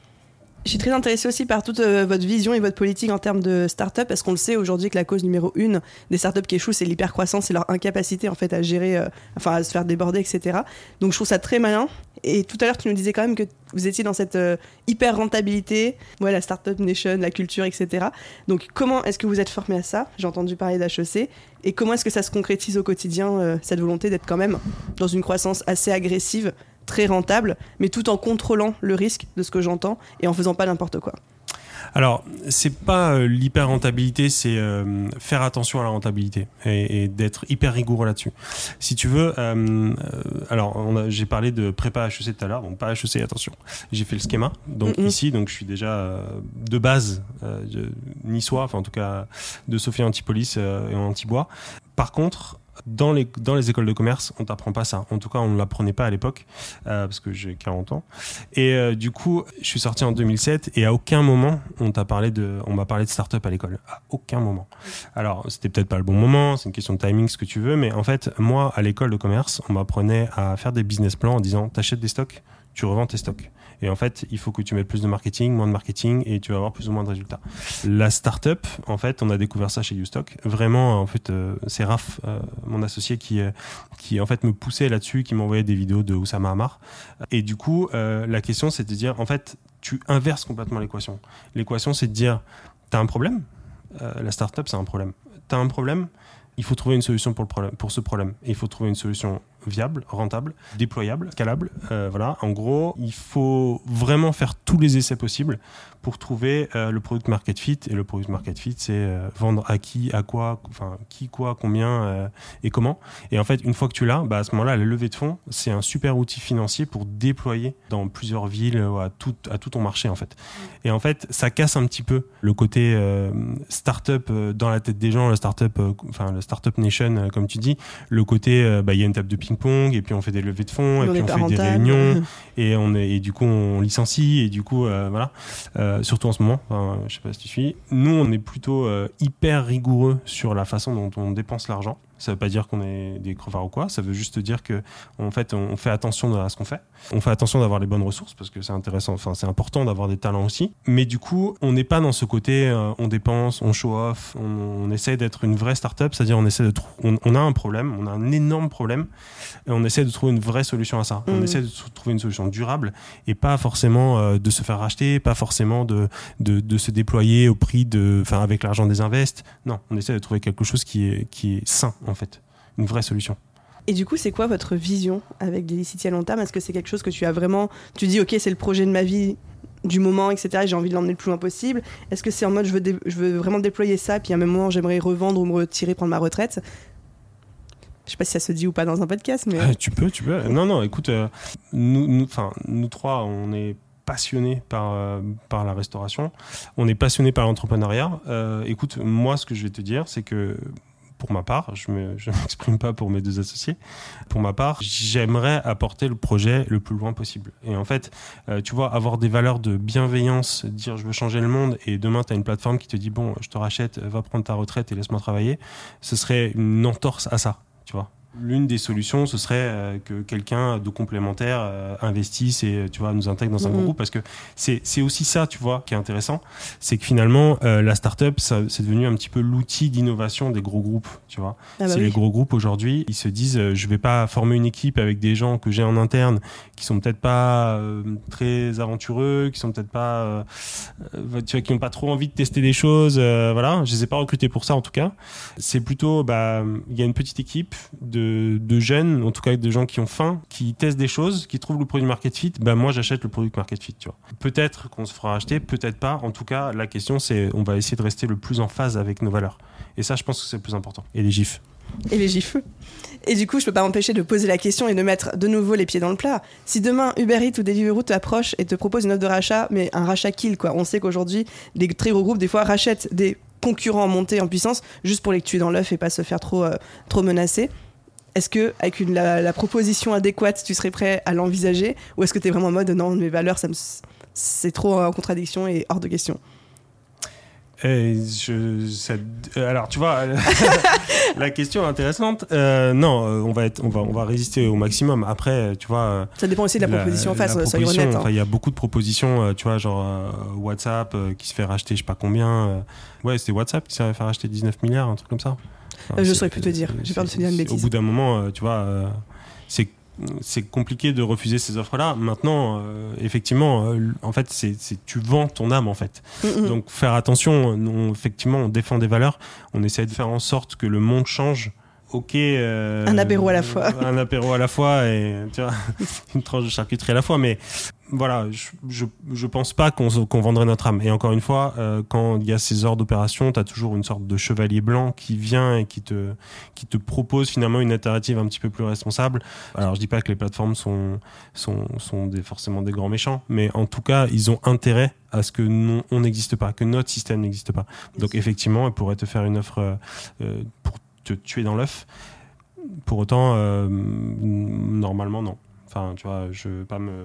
Je suis très intéressée aussi par toute euh, votre vision et votre politique en termes de start-up, parce qu'on le sait aujourd'hui que la cause numéro une des start-up qui échouent, c'est l'hypercroissance et leur incapacité en fait à gérer, euh, enfin à se faire déborder, et cetera. Donc je trouve ça très malin. Et tout à l'heure, tu nous disais quand même que vous étiez dans cette euh, hyper rentabilité, ouais, la Startup Nation, la culture, et cetera. Donc comment est-ce que vous êtes formé à ça ? J'ai entendu parler d'H E C. Et comment est-ce que ça se concrétise au quotidien, euh, cette volonté d'être quand même dans une croissance assez agressive, très rentable, mais tout en contrôlant le risque de ce que j'entends et en faisant pas n'importe quoi. Alors, c'est pas euh, l'hyper rentabilité, c'est euh, faire attention à la rentabilité et, et d'être hyper rigoureux là-dessus. Si tu veux, euh, euh, alors on a, j'ai parlé de prépa H E C tout à l'heure, donc pas H E C, attention. J'ai fait le schéma, donc mm-hmm. ici, donc je suis déjà euh, de base euh, niçois, enfin en tout cas de Sophia Antipolis euh, et en Antibois. Par contre, Dans les, dans les écoles de commerce, on t'apprend pas ça. En tout cas, on ne l'apprenait pas à l'époque, euh, parce que j'ai quarante ans. Et euh, du coup, je suis sorti en deux mille sept et à aucun moment, on, t'a parlé de, on m'a parlé de start-up à l'école. À aucun moment. Alors, c'était peut-être pas le bon moment, c'est une question de timing, ce que tu veux, mais en fait, moi, à l'école de commerce, on m'apprenait à faire des business plans en disant, t'achètes des stocks, tu revends tes stocks. Et en fait, il faut que tu mettes plus de marketing, moins de marketing, et tu vas avoir plus ou moins de résultats. La start-up, en fait, on a découvert ça chez YouStock. Vraiment, en fait, euh, c'est Raph, euh, mon associé, qui, euh, qui en fait me poussait là-dessus, qui m'envoyait des vidéos de Oussama Hamar. Et du coup, euh, la question, c'est de dire, en fait, tu inverses complètement l'équation. L'équation, c'est de dire, t'as un problème, euh, la start-up, c'est un problème. T'as un problème, il faut trouver une solution pour, le problème, pour ce problème. Et il faut trouver une solution viable, rentable, déployable, scalable. Euh, voilà. En gros, il faut vraiment faire tous les essais possibles pour trouver euh, le product market fit. Et le product market fit, c'est euh, vendre à qui, à quoi, enfin qui, quoi, combien euh, et comment. Et en fait, une fois que tu l'as, bah, à ce moment-là, la levée de fonds, c'est un super outil financier pour déployer dans plusieurs villes, à tout, à tout ton marché en fait. Et en fait, ça casse un petit peu le côté euh, start-up euh, dans la tête des gens, la start-up, euh, enfin le Startup Nation, euh, comme tu dis, le côté, euh, bah, il y a une table de ping-pong et puis on fait des levées de fonds et puis on fait rentable. Des réunions et on est et du coup on licencie et du coup euh, voilà. Euh, surtout en ce moment, enfin, je sais pas si tu suis. Nous, on est plutôt euh, hyper rigoureux sur la façon dont on dépense l'argent. Ça veut pas dire qu'on est des crevards ou quoi. Ça veut juste dire que, en fait, on fait attention à ce qu'on fait. On fait attention d'avoir les bonnes ressources parce que c'est intéressant. Enfin, c'est important d'avoir des talents aussi. Mais du coup, on n'est pas dans ce côté. Euh, on dépense, on show off. On, on essaie d'être une vraie start-up, c'est-à-dire on essaie de trou- on, on a un problème, on a un énorme problème, et on essaie de trouver une vraie solution à ça. Mmh. On essaie de trouver une solution durable et pas forcément euh, de se faire racheter, pas forcément de de, de se déployer au prix de, enfin, avec l'argent des invests. Non, on essaie de trouver quelque chose qui est qui est sain. En fait, une vraie solution. Et du coup, c'est quoi votre vision avec Delicity à long terme ? Est-ce que c'est quelque chose que tu as vraiment... Tu dis, ok, c'est le projet de ma vie du moment, et cetera. Et j'ai envie de l'emmener le plus loin possible. Est-ce que c'est en mode, je veux, dé- je veux vraiment déployer ça, puis à un moment, j'aimerais revendre ou me retirer, prendre ma retraite ? Je sais pas si ça se dit ou pas dans un podcast, mais... Ah, tu peux, tu peux. Non, non, écoute, euh, nous, nous, nous trois, on est passionnés par, euh, par la restauration. On est passionnés par l'entrepreneuriat. Euh, écoute, moi, ce que je vais te dire, c'est que pour ma part, je ne je m'exprime pas pour mes deux associés, pour ma part, j'aimerais apporter le projet le plus loin possible. Et en fait, euh, tu vois, avoir des valeurs de bienveillance, dire je veux changer le monde, et demain tu as une plateforme qui te dit bon, je te rachète, va prendre ta retraite et laisse-moi travailler, ce serait une entorse à ça, tu vois. L'une des solutions, ce serait euh, que quelqu'un de complémentaire euh, investisse et tu vois, nous intègre dans un mmh. gros groupe, parce que c'est, c'est aussi ça, tu vois, qui est intéressant, c'est que finalement, euh, la start-up, ça, c'est devenu un petit peu l'outil d'innovation des gros groupes, tu vois. Ah bah c'est oui. Les gros groupes aujourd'hui, ils se disent, euh, je vais pas former une équipe avec des gens que j'ai en interne, qui sont peut-être pas euh, très aventureux, qui sont peut-être pas, euh, tu vois, qui n'ont pas trop envie de tester des choses, euh, voilà. Je les ai pas recrutés pour ça en tout cas. C'est plutôt, bah, il y a une petite équipe de De, de jeunes, en tout cas de gens qui ont faim, qui testent des choses, qui trouvent le produit market fit, ben moi j'achète le produit market fit, tu vois. Peut-être qu'on se fera acheter, peut-être pas. En tout cas, la question c'est on va essayer de rester le plus en phase avec nos valeurs. Et ça, je pense que c'est le plus important. Et les gifs. Et les gifs. Et du coup, je peux pas m'empêcher de poser la question et de mettre de nouveau les pieds dans le plat. Si demain Uber Eats ou Deliveroo t'approche et te propose une offre de rachat, mais un rachat kill, quoi. On sait qu'aujourd'hui, les très gros groupes, des fois, rachètent des concurrents montés en puissance juste pour les tuer dans l'œuf et pas se faire trop, euh, trop menacer. Est-ce que avec une, la, la proposition adéquate, tu serais prêt à l'envisager, ou est-ce que tu es vraiment en mode non, mes valeurs, ça me, c'est trop en contradiction et hors de question? Et je, ça, alors tu vois, la question est intéressante. Euh, non, on va être, on va, on va résister au maximum. Après, tu vois, ça dépend aussi de la, la proposition en face. Soyons honnêtes. Il hein. y a beaucoup de propositions, tu vois, genre euh, WhatsApp euh, qui se fait racheter, je sais pas combien. Euh, ouais, c'était WhatsApp qui s'est fait racheter dix-neuf milliards, un truc comme ça. Enfin, euh, je saurais plus te dire. J'ai peur de te dire une bêtise. Au bout d'un moment, euh, tu vois, euh, c'est c'est compliqué de refuser ces offres-là. Maintenant, euh, effectivement, euh, en fait, c'est, c'est tu vends ton âme, en fait. Mm-hmm. Donc, faire attention. On, effectivement, on défend des valeurs. On essaie de faire en sorte que le monde change. Ok. Euh, un apéro à la fois. Un apéro à la fois et tu vois, une tranche de charcuterie à la fois. Mais voilà, je je, je pense pas qu'on, qu'on vendrait notre âme. Et encore une fois, euh, quand il y a ces heures d'opération, t'as toujours une sorte de chevalier blanc qui vient et qui te qui te propose finalement une alternative un petit peu plus responsable. Alors je dis pas que les plateformes sont sont sont des, forcément des grands méchants, mais en tout cas ils ont intérêt à ce que non, on n'existe pas, que notre système n'existe pas. Donc effectivement, ils pourraient te faire une offre euh, pour te tuer dans l'œuf. Pour autant, euh, normalement, non. Enfin, tu vois, je veux pas me...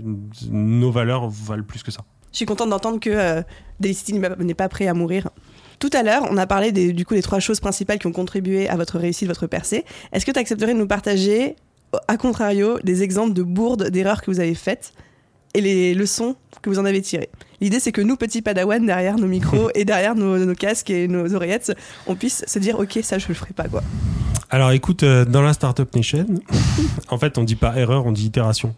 nos valeurs valent plus que ça. Je suis contente d'entendre que euh, Delicity n'est pas prêt à mourir. Tout à l'heure, on a parlé des, du coup, des trois choses principales qui ont contribué à votre réussite, votre percée. Est-ce que tu accepterais de nous partager, à contrario, des exemples de bourdes, d'erreurs que vous avez faites et les leçons que vous en avez tirées? L'idée, c'est que nous, petits padawans, derrière nos micros et derrière nos, nos casques et nos oreillettes, on puisse se dire « Ok, ça, je le ferai pas, quoi. » Alors, écoute, euh, dans la Startup Nation, en fait, on dit pas erreur, on dit itération.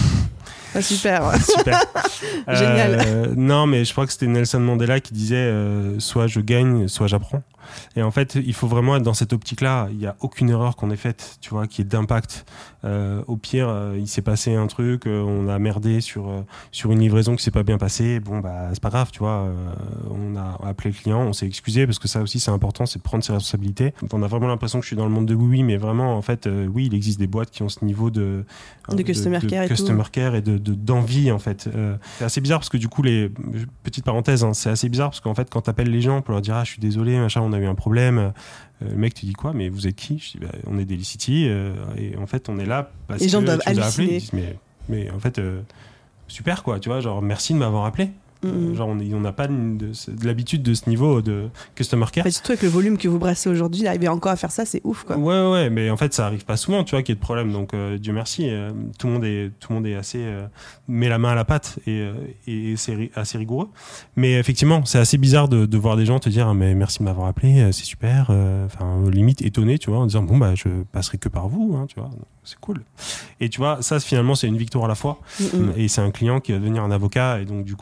Ah, super. Super. Génial. Euh, non, mais je crois que c'était Nelson Mandela qui disait euh, soit je gagne, soit j'apprends. Et en fait, il faut vraiment être dans cette optique-là. Il n'y a aucune erreur qu'on ait faite, tu vois, qui est d'impact. Euh, au pire, euh, il s'est passé un truc, euh, on a merdé sur euh, sur une livraison qui s'est pas bien passée. Bon, bah, c'est pas grave, tu vois. Euh, on a appelé le client, on s'est excusé parce que ça aussi, c'est important, c'est de prendre ses responsabilités. On a vraiment l'impression que je suis dans le monde de oui, oui, mais vraiment, en fait, euh, oui, il existe des boîtes qui ont ce niveau de de, de customer de, care, de et, customer tout. care et de, de d'envie, en fait. Euh, c'est assez bizarre parce que du coup, les petite parenthèse, hein, c'est assez bizarre parce qu'en fait, quand t'appelles les gens pour leur dire ah, je suis désolé, machin, on a eu un problème. Euh, le mec te dit quoi? Mais vous êtes qui? Je dis bah, on est Delicity euh, et en fait on est là parce les que gens doivent tu nous as halluciner. appelé. Ils disent, mais mais en fait euh, super quoi, tu vois, genre merci de m'avoir appelé. Mm-hmm. Genre on n'a pas de, de, de l'habitude de ce niveau de customer care. Bah, surtout avec le volume que vous brassez aujourd'hui, d'arriver encore à faire ça, c'est ouf quoi. Ouais ouais, mais en fait ça arrive pas souvent, tu vois, qu'il y ait de problème. Donc euh, Dieu merci, euh, tout le monde est tout le monde est assez euh, met la main à la pâte et, euh, et c'est assez rigoureux. Mais effectivement, c'est assez bizarre de, de voir des gens te dire ah, mais merci de m'avoir appelé, c'est super. Enfin euh, limite étonné, tu vois, en disant bon bah je passerai que par vous, hein, tu vois. Donc, c'est cool. Et tu vois, ça finalement c'est une victoire à la fois. Mm-hmm. Et c'est un client qui va devenir un avocat et donc du coup qui va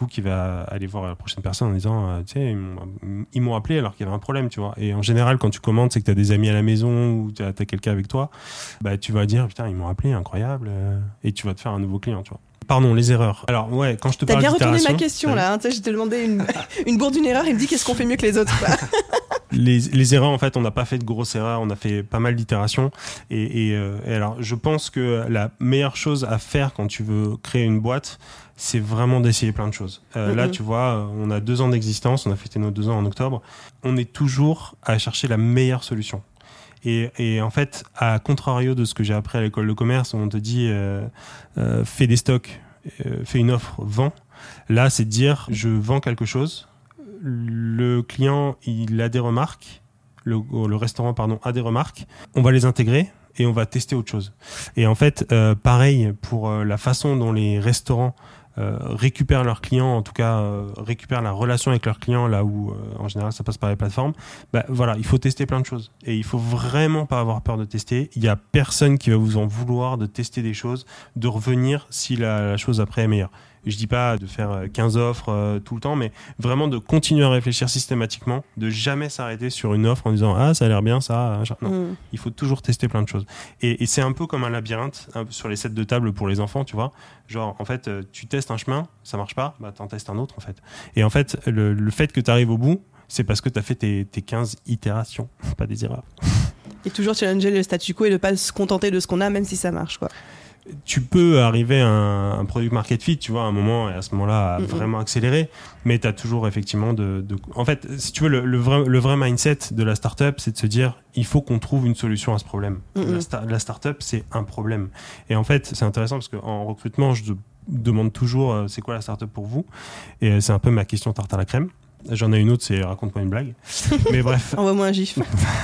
pas aller voir la prochaine personne en disant, euh, tu sais, ils m'ont, ils m'ont appelé alors qu'il y avait un problème, tu vois. Et en général, quand tu commandes, c'est que tu as des amis à la maison ou tu as quelqu'un avec toi, bah, tu vas dire, putain, ils m'ont appelé, incroyable, euh, et tu vas te faire un nouveau client, tu vois. Pardon, les erreurs. Alors, ouais, quand je te T'as parle bien d'itération... retourné ma question, là. Hein, tu sais, je t'ai demandé une, une bourde d'une erreur, il me dit qu'est-ce qu'on fait mieux que les autres. Les, les erreurs, en fait, on n'a pas fait de grosses erreurs, on a fait pas mal d'itérations. Et, et, euh, et alors, je pense que la meilleure chose à faire quand tu veux créer une boîte, c'est vraiment d'essayer plein de choses. Euh, mm-hmm. Là, tu vois, on a deux ans d'existence, on a fêté nos deux ans en octobre. On est toujours à chercher la meilleure solution. Et, et en fait, à contrario de ce que j'ai appris à l'école de commerce, où on te dit euh, euh, fais des stocks, euh, fais une offre, vends. Là, c'est de dire je vends quelque chose, le client il a des remarques, le, le restaurant pardon a des remarques, on va les intégrer et on va tester autre chose. Et en fait, euh, pareil pour euh, la façon dont les restaurants Euh, récupèrent leurs clients, en tout cas euh, récupèrent la relation avec leurs clients là où euh, en général ça passe par les plateformes. Bah, voilà, il faut tester plein de choses et il faut vraiment pas avoir peur de tester. Il y a personne qui va vous en vouloir de tester des choses, de revenir si la, la chose après est meilleure. Je dis pas de faire quinze offres euh, tout le temps, mais vraiment de continuer à réfléchir systématiquement, de jamais s'arrêter sur une offre en disant ah ça a l'air bien ça. Non, mmh. Il faut toujours tester plein de choses. Et, et c'est un peu comme un labyrinthe un peu sur les sets de table pour les enfants, tu vois. Genre en fait tu testes un chemin, ça marche pas, bah t'en testes un autre en fait. Et en fait le, le fait que tu arrives au bout, c'est parce que tu as fait tes, tes quinze itérations, pas des erreurs. Et toujours challenger le statu quo et ne pas se contenter de ce qu'on a même si ça marche quoi. Tu peux arriver à un, un product market fit, tu vois, à un moment, et à ce moment-là, à mm-hmm. vraiment accélérer, mais tu as toujours effectivement de, de... En fait, si tu veux, le, le, vrai, le vrai mindset de la startup, c'est de se dire, il faut qu'on trouve une solution à ce problème. Mm-hmm. La, sta- la startup, c'est un problème. Et en fait, c'est intéressant parce qu'en recrutement, je de- demande toujours, euh, c'est quoi la startup pour vous ? Et euh, c'est un peu ma question tarte à la crème. J'en ai une autre, c'est raconte-moi une blague. Mais bref. Envoie-moi un gif.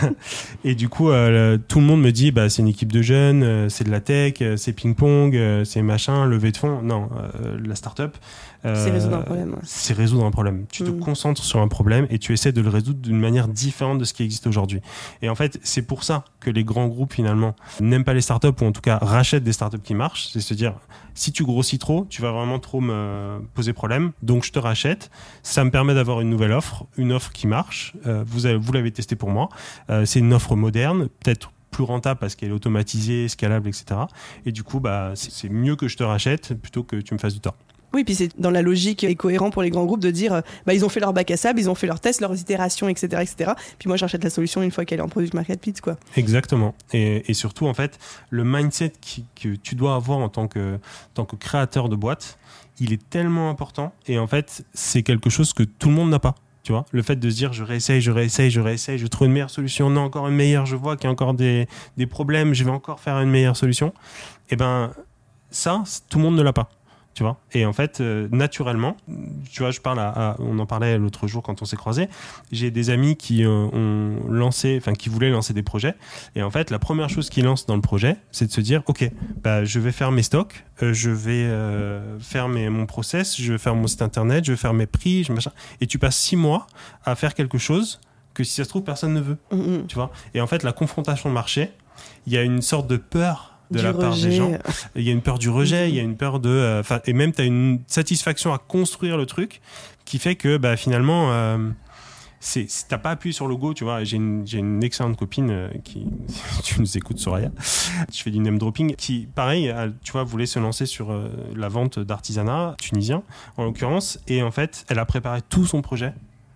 Et du coup, euh, tout le monde me dit, bah, c'est une équipe de jeunes, euh, c'est de la tech, euh, c'est ping-pong, euh, c'est machin, levée de fonds. Non, euh, la start-up. Euh, c'est résoudre un problème. Ouais. C'est résoudre un problème. Tu mmh. te concentres sur un problème et tu essaies de le résoudre d'une manière différente de ce qui existe aujourd'hui. Et en fait, c'est pour ça que les grands groupes, finalement, n'aiment pas les startups ou en tout cas rachètent des startups qui marchent. C'est se dire, si tu grossis trop, tu vas vraiment trop me poser problème. Donc, je te rachète. Ça me permet d'avoir une nouvelle offre, une offre qui marche. Euh, vous, avez, vous l'avez testé pour moi. Euh, c'est une offre moderne, peut-être plus rentable parce qu'elle est automatisée, scalable, et cetera. Et du coup, bah, c'est, c'est mieux que je te rachète plutôt que tu me fasses du tort. Oui, puis c'est dans la logique et cohérent pour les grands groupes de dire bah, ils ont fait leur bac à sable, ils ont fait leurs tests, leurs itérations, et cetera, et cetera. Puis moi, j'achète la solution une fois qu'elle est en product market fit, quoi. Exactement. Et, et surtout, en fait, le mindset qui, que tu dois avoir en tant que, en tant que créateur de boîte, il est tellement important. Et en fait, c'est quelque chose que tout le monde n'a pas. Tu vois, le fait de se dire je réessaye, je réessaye, je réessaye, je trouve une meilleure solution, non, encore une meilleure, je vois qu'il y a encore des, des problèmes, je vais encore faire une meilleure solution. Et ben, ça, tout le monde ne l'a pas. Tu vois, et en fait, euh, naturellement, tu vois, je parle à, à, on en parlait l'autre jour quand on s'est croisés. J'ai des amis qui euh, ont lancé, enfin, qui voulaient lancer des projets. Et en fait, la première chose qu'ils lancent dans le projet, c'est de se dire, ok, bah, je vais faire mes stocks, euh, je vais euh, faire mes, mon process, je vais faire mon site internet, je vais faire mes prix, je machin. Et tu passes six mois à faire quelque chose que si ça se trouve personne ne veut. Mm-hmm. Tu vois. Et en fait, la confrontation de marché, il y a une sorte de peur de du la part rejet. Des gens. Il y a une peur du rejet, mmh. il y a une peur de... Euh, et même, tu as une satisfaction à construire le truc qui fait que bah, finalement, euh, c'est, c'est, t'as pas appuyé sur le go, tu vois. J'ai une, j'ai une excellente copine euh, qui... tu nous écoutes, Soraya. Je fais du name dropping. Qui, pareil, elle, tu vois, voulait se lancer sur euh, la vente d'artisanat tunisien, en l'occurrence. Et en fait, elle a préparé tout son projet.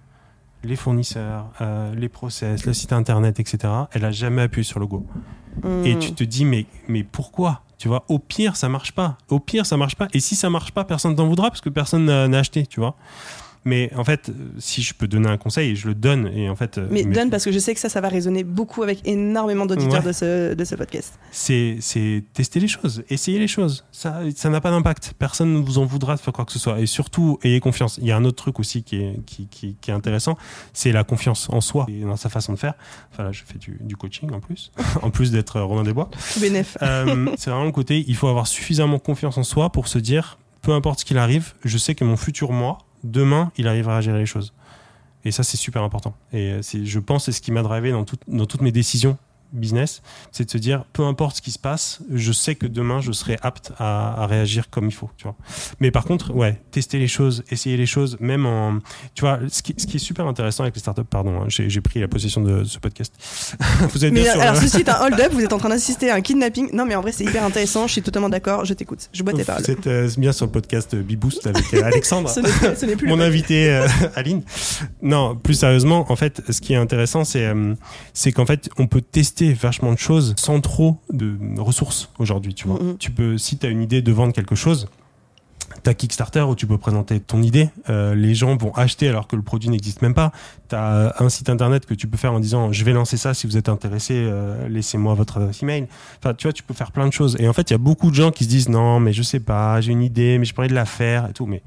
Les fournisseurs, euh, les process, le site internet, et cetera. Elle a jamais appuyé sur le go. Mmh. Et tu te dis, mais, mais pourquoi ? Tu vois, au pire, ça marche pas. Au pire, ça marche pas. Et si ça marche pas, personne t'en voudra parce que personne n'a, n'a acheté, tu vois. Mais en fait, si je peux donner un conseil, je le donne. Et en fait, mais, mais donne parce que je sais que ça, ça va résonner beaucoup avec énormément d'auditeurs ouais. de, ce, de ce podcast. C'est, c'est tester les choses, essayer les choses. Ça, ça n'a pas d'impact. Personne ne vous en voudra de faire quoi que ce soit. Et surtout, ayez confiance. Il y a un autre truc aussi qui est, qui, qui, qui est intéressant, c'est la confiance en soi et dans sa façon de faire. Enfin là, je fais du, du coaching en plus, en plus d'être Romain Desbois. Tout bénef. Euh, c'est vraiment le côté, il faut avoir suffisamment confiance en soi pour se dire, peu importe ce qu'il arrive, je sais que mon futur moi, demain, il arrivera à gérer les choses. Et ça, c'est super important. Et c'est, je pense que c'est ce qui m'a drivé dans, tout, dans toutes mes décisions business, c'est de se dire, peu importe ce qui se passe, je sais que demain, je serai apte à, à réagir comme il faut, tu vois. Mais par contre, ouais, tester les choses, essayer les choses, même en, tu vois, ce qui, ce qui est super intéressant avec les startups, pardon, hein, j'ai, j'ai pris la possession de, de ce podcast. Vous êtes mais bien sûr, alors, hein. ceci est un hold-up, vous êtes en train d'assister à un kidnapping. Non, mais en vrai, c'est hyper intéressant, je suis totalement d'accord, je t'écoute, je bois tes paroles. Vous êtes euh, bien sur le podcast Beboost avec euh, Alexandre, ce n'est, ce n'est plus mon le invité euh, Aline. Non, plus sérieusement, en fait, ce qui est intéressant, c'est, euh, c'est qu'en fait, on peut tester vachement de choses sans trop de ressources aujourd'hui, tu vois. Mm-hmm. Tu peux, si tu as une idée de vendre quelque chose, t'as Kickstarter où tu peux présenter ton idée, euh, les gens vont acheter alors que le produit n'existe même pas. T'as un site internet que tu peux faire en disant je vais lancer ça, si vous êtes intéressé, euh, laissez-moi votre adresse email. Enfin, tu vois, tu peux faire plein de choses. Et en fait, il y a beaucoup de gens qui se disent non, mais je sais pas, j'ai une idée, mais j'ai pas envie de la faire et tout. Mais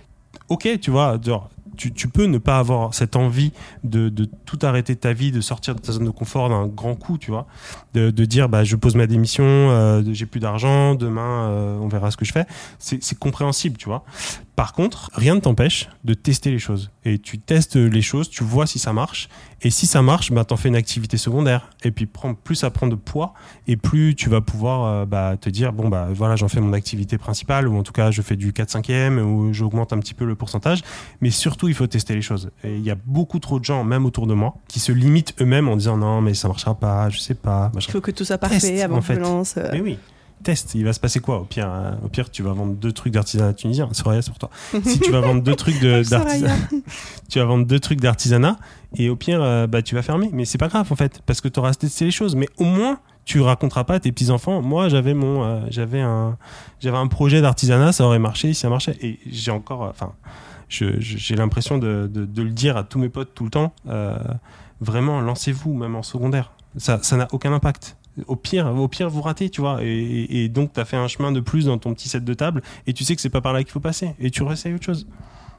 ok, tu vois, genre, Tu, tu peux ne pas avoir cette envie de, de tout arrêter de ta vie, de sortir de ta zone de confort d'un grand coup, tu vois, de, de dire bah je pose ma démission, euh, j'ai plus d'argent, demain euh, on verra ce que je fais. C'est, c'est compréhensible, tu vois. Par contre, rien ne t'empêche de tester les choses. Et tu testes les choses, tu vois si ça marche. Et si ça marche, bah, t'en fais une activité secondaire. Et puis, plus ça prend de poids, et plus tu vas pouvoir euh, bah, te dire, bon, bah, voilà, j'en fais mon activité principale, ou en tout cas, je fais du quatre cinquième, ou j'augmente un petit peu le pourcentage. Mais surtout, il faut tester les choses. Et il y a beaucoup trop de gens, même autour de moi, qui se limitent eux-mêmes en disant, non, mais ça marchera pas, je sais pas. Il faut que tout soit parfait Test, avant que je lance. Mais oui. Test, il va se passer quoi au pire, hein, au pire tu vas vendre deux trucs d'artisanat tunisien, Soraya c'est pour toi. Si tu vas vendre deux trucs de, d'artisanat, tu vas vendre deux trucs d'artisanat et au pire euh, bah tu vas fermer, mais c'est pas grave en fait parce que tu auras testé les choses, mais au moins tu raconteras pas à tes petits enfants. Moi j'avais mon, euh, j'avais un, j'avais un projet d'artisanat, ça aurait marché si ça marchait et j'ai encore, enfin, euh, je, je, j'ai l'impression de, de, de le dire à tous mes potes tout le temps. Euh, vraiment lancez-vous même en secondaire, ça, ça n'a aucun impact. Au pire, au pire, vous ratez, tu vois. Et, et donc, tu as fait un chemin de plus dans ton petit set de table et tu sais que c'est pas par là qu'il faut passer. Et tu réessayes autre chose.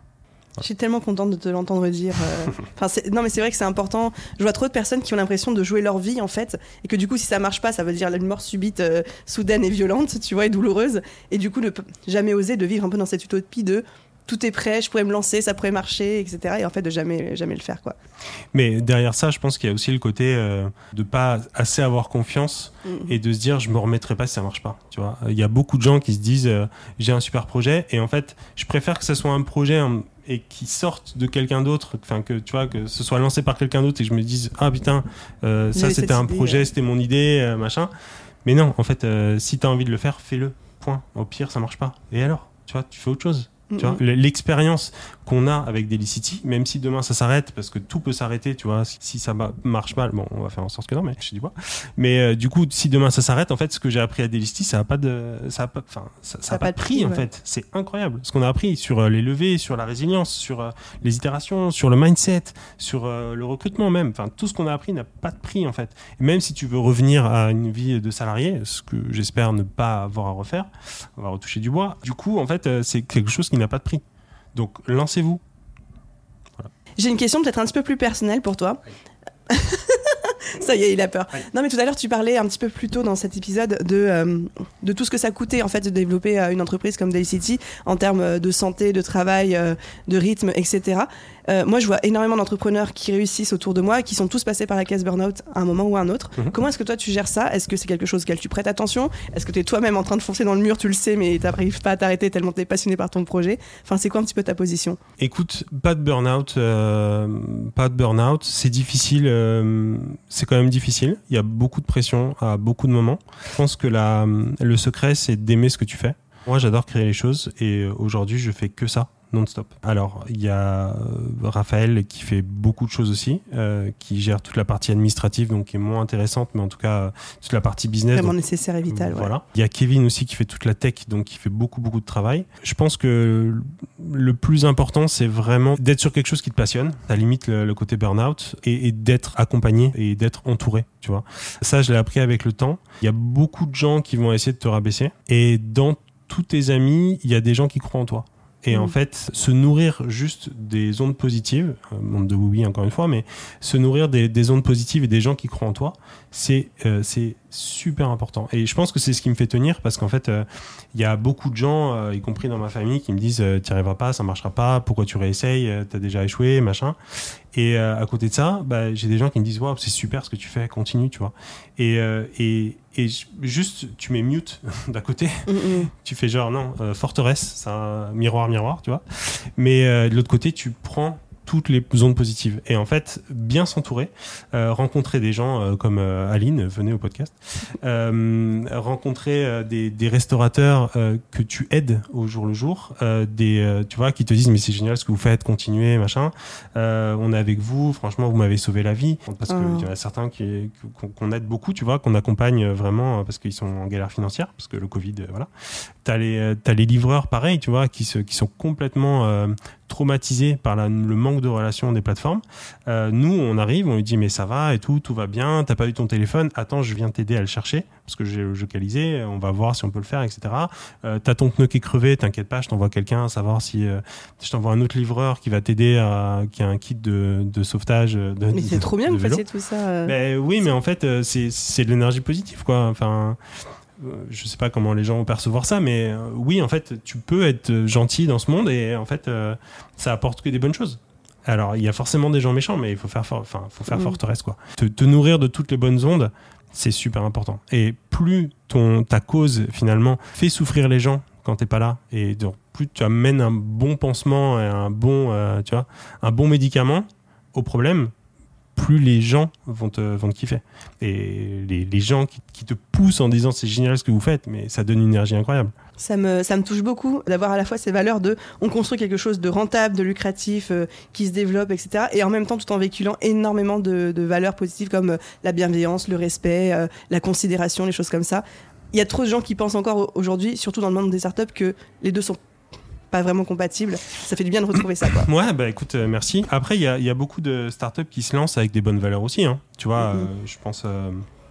Je suis tellement contente de te l'entendre dire. Euh... Enfin, c'est... Non, mais c'est vrai que c'est important. Je vois trop de personnes qui ont l'impression de jouer leur vie, en fait. Et que du coup, si ça marche pas, ça veut dire une mort subite, euh, soudaine et violente, tu vois, et douloureuse. Et du coup, ne jamais oser de vivre un peu dans cette utopie de tout est prêt, je pourrais me lancer, ça pourrait marcher, et cetera. Et en fait, de jamais, jamais le faire, quoi. Mais derrière ça, je pense qu'il y a aussi le côté euh, de pas assez avoir confiance mmh. et de se dire je me remettrai pas si ça marche pas. Tu vois, il y a beaucoup de gens qui se disent euh, j'ai un super projet et en fait, je préfère que ça soit un projet hein, et qui sorte de quelqu'un d'autre, enfin que tu vois que ce soit lancé par quelqu'un d'autre et que je me dise ah putain euh, ça c'était un idée, projet, ouais. C'était mon idée, euh, machin. Mais non, en fait, euh, si t'as envie de le faire, fais-le. Point. Au pire, ça marche pas. Et alors, tu vois, tu fais autre chose. Tu vois, l'expérience qu'on a avec Delicity, même si demain ça s'arrête, parce que tout peut s'arrêter, tu vois, si ça marche mal, bon, on va faire en sorte que non, mais je dis pas. Mais euh, du coup, si demain ça s'arrête, en fait, ce que j'ai appris à Delicity, ça a pas de, ça a pas, enfin, ça, ça, ça a pas de prix, prix en ouais. fait. C'est incroyable. Ce qu'on a appris sur euh, les levées, sur la résilience, sur euh, les itérations, sur le mindset, sur euh, le recrutement même. Enfin, tout ce qu'on a appris n'a pas de prix en fait. Et même si tu veux revenir à une vie de salarié, ce que j'espère ne pas avoir à refaire, on va retoucher du bois. Du coup, en fait, euh, c'est quelque chose qui n'a pas de prix. Donc, lancez-vous. Voilà. J'ai une question peut-être un petit peu plus personnelle pour toi. Oui. Ça y est, il a peur. Oui. Non, mais tout à l'heure, tu parlais un petit peu plus tôt dans cet épisode de, euh, de tout ce que ça coûtait en fait, de développer euh, une entreprise comme Delicity en termes de santé, de travail, euh, de rythme, et cetera. Euh, moi, je vois énormément d'entrepreneurs qui réussissent autour de moi, qui sont tous passés par la case burn-out à un moment ou à un autre. Mm-hmm. Comment est-ce que toi, tu gères ça ? Est-ce que c'est quelque chose auquel tu prêtes attention ? Est-ce que tu es toi-même en train de foncer dans le mur, tu le sais, mais tu n'arrives pas à t'arrêter tellement tu es passionné par ton projet ? Enfin, c'est quoi un petit peu ta position ? Écoute, pas de burn-out, euh, pas de burn-out. C'est difficile, euh, c'est quand même difficile. Il y a beaucoup de pression à beaucoup de moments. Je pense que la, le secret, c'est d'aimer ce que tu fais. Moi, j'adore créer les choses et aujourd'hui, je fais que ça. Non-stop. Alors, il y a euh, Raphaël qui fait beaucoup de choses aussi, euh, qui gère toute la partie administrative, donc qui est moins intéressante, mais en tout cas, euh, toute la partie business. Vraiment donc, nécessaire et vital. Euh, voilà. Ouais. Il y a Kevin aussi qui fait toute la tech, donc qui fait beaucoup, beaucoup de travail. Je pense que le plus important, c'est vraiment d'être sur quelque chose qui te passionne. Ça limite le, le côté burn-out et, et d'être accompagné et d'être entouré, tu vois. Ça, je l'ai appris avec le temps. Il y a beaucoup de gens qui vont essayer de te rabaisser et dans tous tes amis, il y a des gens qui croient en toi. Et mmh. en fait, se nourrir juste des ondes positives, euh, monde de oui encore une fois, mais se nourrir des, des ondes positives et des gens qui croient en toi, c'est, euh, c'est super important. Et je pense que c'est ce qui me fait tenir, parce qu'en fait, il euh, y a beaucoup de gens, euh, y compris dans ma famille, qui me disent euh, t'y arriveras pas, ça marchera pas, pourquoi tu réessayes, euh, t'as déjà échoué, machin. Et euh, à côté de ça, bah, j'ai des gens qui me disent waouh, c'est super ce que tu fais, continue, tu vois. Et, euh, et, et juste, tu mets mute d'à côté, mm-hmm. tu fais genre non, euh, forteresse, c'est un miroir, miroir, tu vois. Mais euh, de l'autre côté, tu prends toutes les ondes positives. Et en fait, bien s'entourer, euh, rencontrer des gens euh, comme euh, Aline, venez au podcast, euh, rencontrer euh, des, des restaurateurs euh, que tu aides au jour le jour, euh, des, euh, tu vois, qui te disent mais c'est génial ce que vous faites, continuez, machin. Euh, on est avec vous, franchement, vous m'avez sauvé la vie. Parce qu'il oh. y en a certains qui, qu'on, qu'on aide beaucoup, tu vois, qu'on accompagne vraiment parce qu'ils sont en galère financière, parce que le Covid, euh, voilà. T'as les, t'as les livreurs, pareil, tu vois, qui, se, qui sont complètement euh, traumatisés par la, le manque de relations des plateformes. Euh, nous, on arrive, on lui dit mais ça va et tout, tout va bien, t'as pas eu ton téléphone, attends, je viens t'aider à le chercher parce que j'ai localisé, on va voir si on peut le faire, et cetera. Euh, t'as ton pneu qui est crevé, t'inquiète pas, je t'envoie quelqu'un, à savoir si euh, je t'envoie un autre livreur qui va t'aider, à, qui a un kit de, de sauvetage. De, mais c'est de, trop bien que vous fassiez tout ça. Euh... Ben, oui, mais en fait, euh, c'est, c'est de l'énergie positive, quoi. Enfin. Je sais pas comment les gens vont percevoir ça, mais euh, oui, en fait, tu peux être gentil dans ce monde et en fait, euh, ça apporte que des bonnes choses. Alors, il y a forcément des gens méchants, mais il faut faire, for- enfin, faut faire mmh. forteresse, quoi. Te, te nourrir de toutes les bonnes ondes, c'est super important. Et plus ton, ta cause, finalement, fait souffrir les gens quand t'es pas là, et donc, plus tu amènes un bon pansement et un bon, euh, tu vois, un bon médicament au problème, plus les gens vont te, vont te kiffer. Et les, les gens qui, qui te poussent en disant c'est génial ce que vous faites, mais ça donne une énergie incroyable. Ça me, ça me touche beaucoup d'avoir à la fois ces valeurs de on construit quelque chose de rentable, de lucratif, euh, qui se développe, et cetera. Et en même temps, tout en véhiculant énormément de, de valeurs positives comme euh, la bienveillance, le respect, euh, la considération, les choses comme ça. Il y a trop de gens qui pensent encore aujourd'hui, surtout dans le monde des startups, que les deux sont pas vraiment compatibles. Ça fait du bien de retrouver ça, quoi. Ouais, bah écoute, euh, merci. Après, il y a, y a beaucoup de startups qui se lancent avec des bonnes valeurs aussi. Hein. Tu vois, mm-hmm. euh, je pense euh,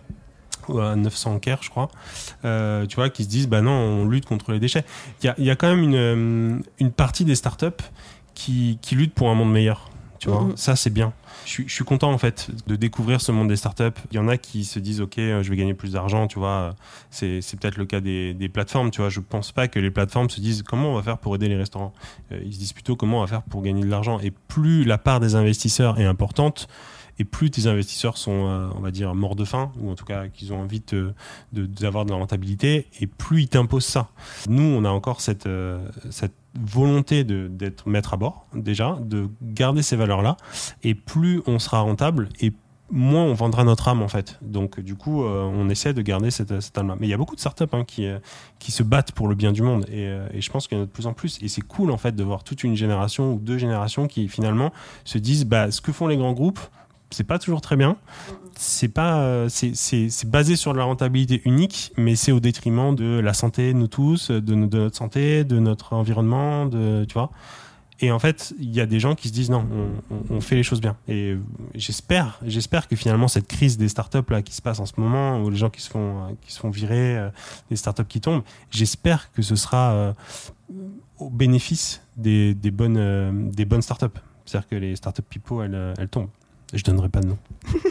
à neuf cents Care, je crois, euh, tu vois, qui se disent, bah non, on lutte contre les déchets. Il y a, y a quand même une, une partie des startups qui, qui luttent pour un monde meilleur. Tu vois, mm-hmm. ça, c'est bien. Je suis, je suis content en fait de découvrir ce monde des startups. Il y en a qui se disent ok, je vais gagner plus d'argent, tu vois. C'est, c'est peut-être le cas des, des plateformes, tu vois. Je pense pas que les plateformes se disent comment on va faire pour aider les restaurants. Euh, ils se disent plutôt comment on va faire pour gagner de l'argent. Et plus la part des investisseurs est importante, et plus tes investisseurs sont, euh, on va dire, morts de faim, ou en tout cas qu'ils ont envie de, de, d'avoir de la rentabilité, et plus ils t'imposent ça. Nous, on a encore cette, euh, cette volonté de, d'être maître à bord, déjà, de garder ces valeurs-là, et plus on sera rentable, et moins on vendra notre âme, en fait. Donc, du coup, euh, on essaie de garder cette, cette âme-là. Mais il y a beaucoup de startups hein, qui, euh, qui se battent pour le bien du monde, et, euh, et je pense qu'il y en a de plus en plus. Et c'est cool, en fait, de voir toute une génération ou deux générations qui, finalement, se disent, bah, ce que font les grands groupes, c'est pas toujours très bien. C'est pas, euh, c'est, c'est, c'est basé sur la rentabilité unique, mais c'est au détriment de la santé de nous tous, de, de notre santé, de notre environnement, de, tu vois. Et en fait, il y a des gens qui se disent non, on, on, on fait les choses bien. Et j'espère, j'espère que finalement cette crise des startups là qui se passe en ce moment, où les gens qui se font, qui se font virer, euh, les startups qui tombent, j'espère que ce sera euh, au bénéfice des, des bonnes, euh, des bonnes startups. C'est-à-dire que les startup people, elles, elles tombent. Je donnerai pas de nom.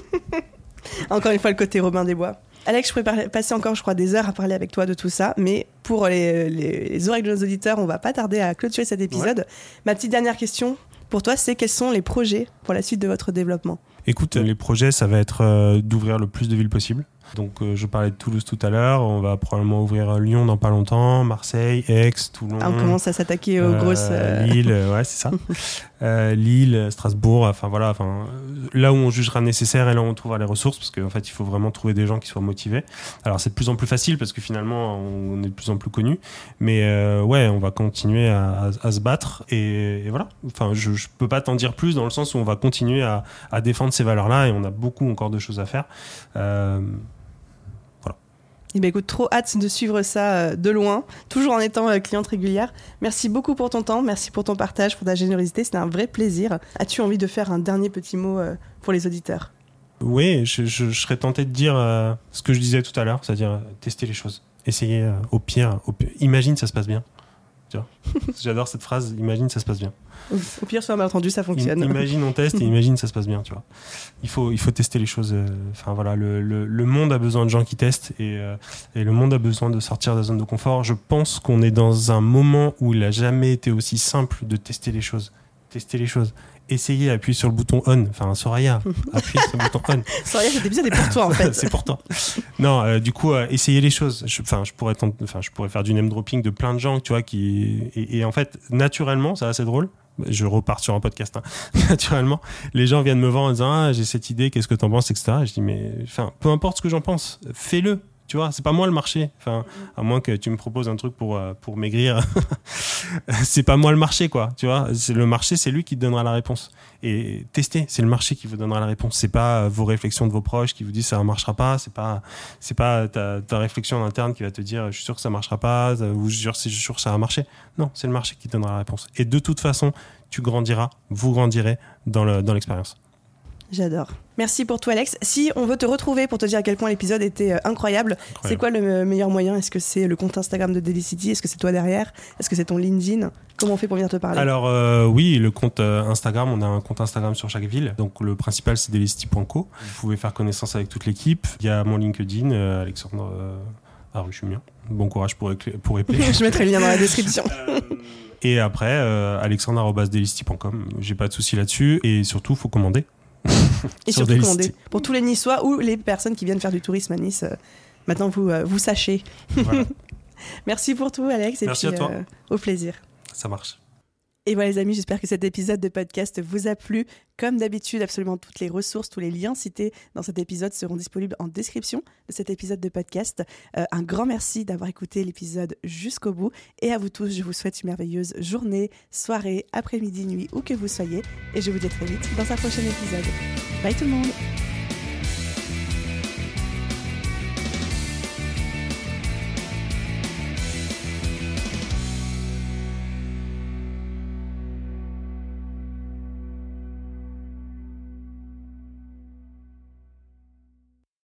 Encore une fois, le côté Robin des Bois. Alex, je pourrais parler, passer encore, je crois, des heures à parler avec toi de tout ça, mais pour les, les, les oreilles de nos auditeurs, on va pas tarder à clôturer cet épisode. Ouais. Ma petite dernière question pour toi, c'est quels sont les projets pour la suite de votre développement ? Écoute, les projets, ça va être euh, d'ouvrir le plus de villes possible. Donc, euh, je parlais de Toulouse tout à l'heure. On va probablement ouvrir Lyon dans pas longtemps, Marseille, Aix, Toulon. Ah, on commence à s'attaquer aux euh, grosses. Euh... Lille, ouais, c'est ça. euh, Lille, Strasbourg. Enfin voilà. Enfin, là où on jugera nécessaire et là où on trouvera les ressources, parce qu'en fait, il faut vraiment trouver des gens qui soient motivés. Alors, c'est de plus en plus facile parce que finalement, on est de plus en plus connus. Mais euh, ouais, on va continuer à, à, à se battre et, et voilà. Enfin, je, je peux pas t'en dire plus dans le sens où on va continuer à, à défendre ces valeurs-là et on a beaucoup encore de choses à faire. Euh, Eh bien, écoute, trop hâte de suivre ça de loin, toujours en étant cliente régulière. Merci beaucoup pour ton temps, merci pour ton partage, pour ta générosité, c'était un vrai plaisir. As-tu envie de faire un dernier petit mot pour les auditeurs ? Oui, je, je, je serais tenté de dire euh, ce que je disais tout à l'heure, c'est-à-dire euh, tester les choses. Essayer euh, au pire, au pire. Imagine ça se passe bien. Tu vois. J'adore cette phrase, imagine, ça se passe bien. Au pire, sur un malentendu, ça fonctionne. I- imagine, on teste et imagine, ça se passe bien, tu vois. Il faut, il faut tester les choses. Enfin, euh, voilà, le, le, le monde a besoin de gens qui testent et, euh, et le monde a besoin de sortir de la zone de confort. Je pense qu'on est dans un moment où il n'a jamais été aussi simple de tester les choses. Tester les choses. Essayez, appuyez sur le bouton on. Enfin, Soraya, appuyez sur le bouton on. Soraya, cet épisode est pour toi, en fait. C'est pour toi. Non, euh, du coup, euh, essayez les choses. Enfin, je, je pourrais, enfin, je pourrais faire du name dropping de plein de gens, tu vois, qui et, et en fait, naturellement, c'est assez drôle. Je repars sur un podcast. Hein. Naturellement, les gens viennent me voir en disant ah, j'ai cette idée, qu'est-ce que t'en penses, et cetera. Et je dis mais, enfin, peu importe ce que j'en pense, fais-le. Tu vois, c'est pas moi le marché. Enfin, à moins que tu me proposes un truc pour pour maigrir, c'est pas moi le marché, quoi. Tu vois, c'est le marché, c'est lui qui te donnera la réponse. Et tester, c'est le marché qui vous donnera la réponse. C'est pas vos réflexions de vos proches qui vous disent ça ne marchera pas. C'est pas c'est pas ta, ta réflexion en interne qui va te dire je suis sûr que ça marchera pas ou je suis sûr que ça va marcher. Non, c'est le marché qui te donnera la réponse. Et de toute façon, tu grandiras, vous grandirez dans le dans l'expérience. J'adore. Merci pour tout, Alex. Si on veut te retrouver pour te dire à quel point l'épisode était euh, incroyable, incroyable, c'est quoi le me- meilleur moyen ? Est-ce que c'est le compte Instagram de Delicity ? Est-ce que c'est toi derrière ? Est-ce que c'est ton LinkedIn ? Comment on fait pour venir te parler ? Alors euh, oui, le compte euh, Instagram, on a un compte Instagram sur chaque ville. Donc le principal, c'est delicity point co. Vous pouvez faire connaissance avec toute l'équipe. Il y a mon LinkedIn, euh, Alexandre euh, Aruchumien. Bon courage pour, écl- pour épeler. Je mettrai le lien dans la description. Et après, euh, alexandre arobase delicity point com. J'ai pas de souci là-dessus. Et surtout, il faut commander. Et surtout commander. Pour tous les Niçois ou les personnes qui viennent faire du tourisme à Nice, euh, maintenant vous, euh, vous sachez. Voilà. Merci pour tout, Alex. Et Merci puis, à toi. Euh, au plaisir. Ça marche. Et voilà les amis, j'espère que cet épisode de podcast vous a plu. Comme d'habitude, absolument toutes les ressources, tous les liens cités dans cet épisode seront disponibles en description de cet épisode de podcast. Euh, un grand merci d'avoir écouté l'épisode jusqu'au bout. Et à vous tous, je vous souhaite une merveilleuse journée, soirée, après-midi, nuit, où que vous soyez. Et je vous dis à très vite dans un prochain épisode. Bye tout le monde!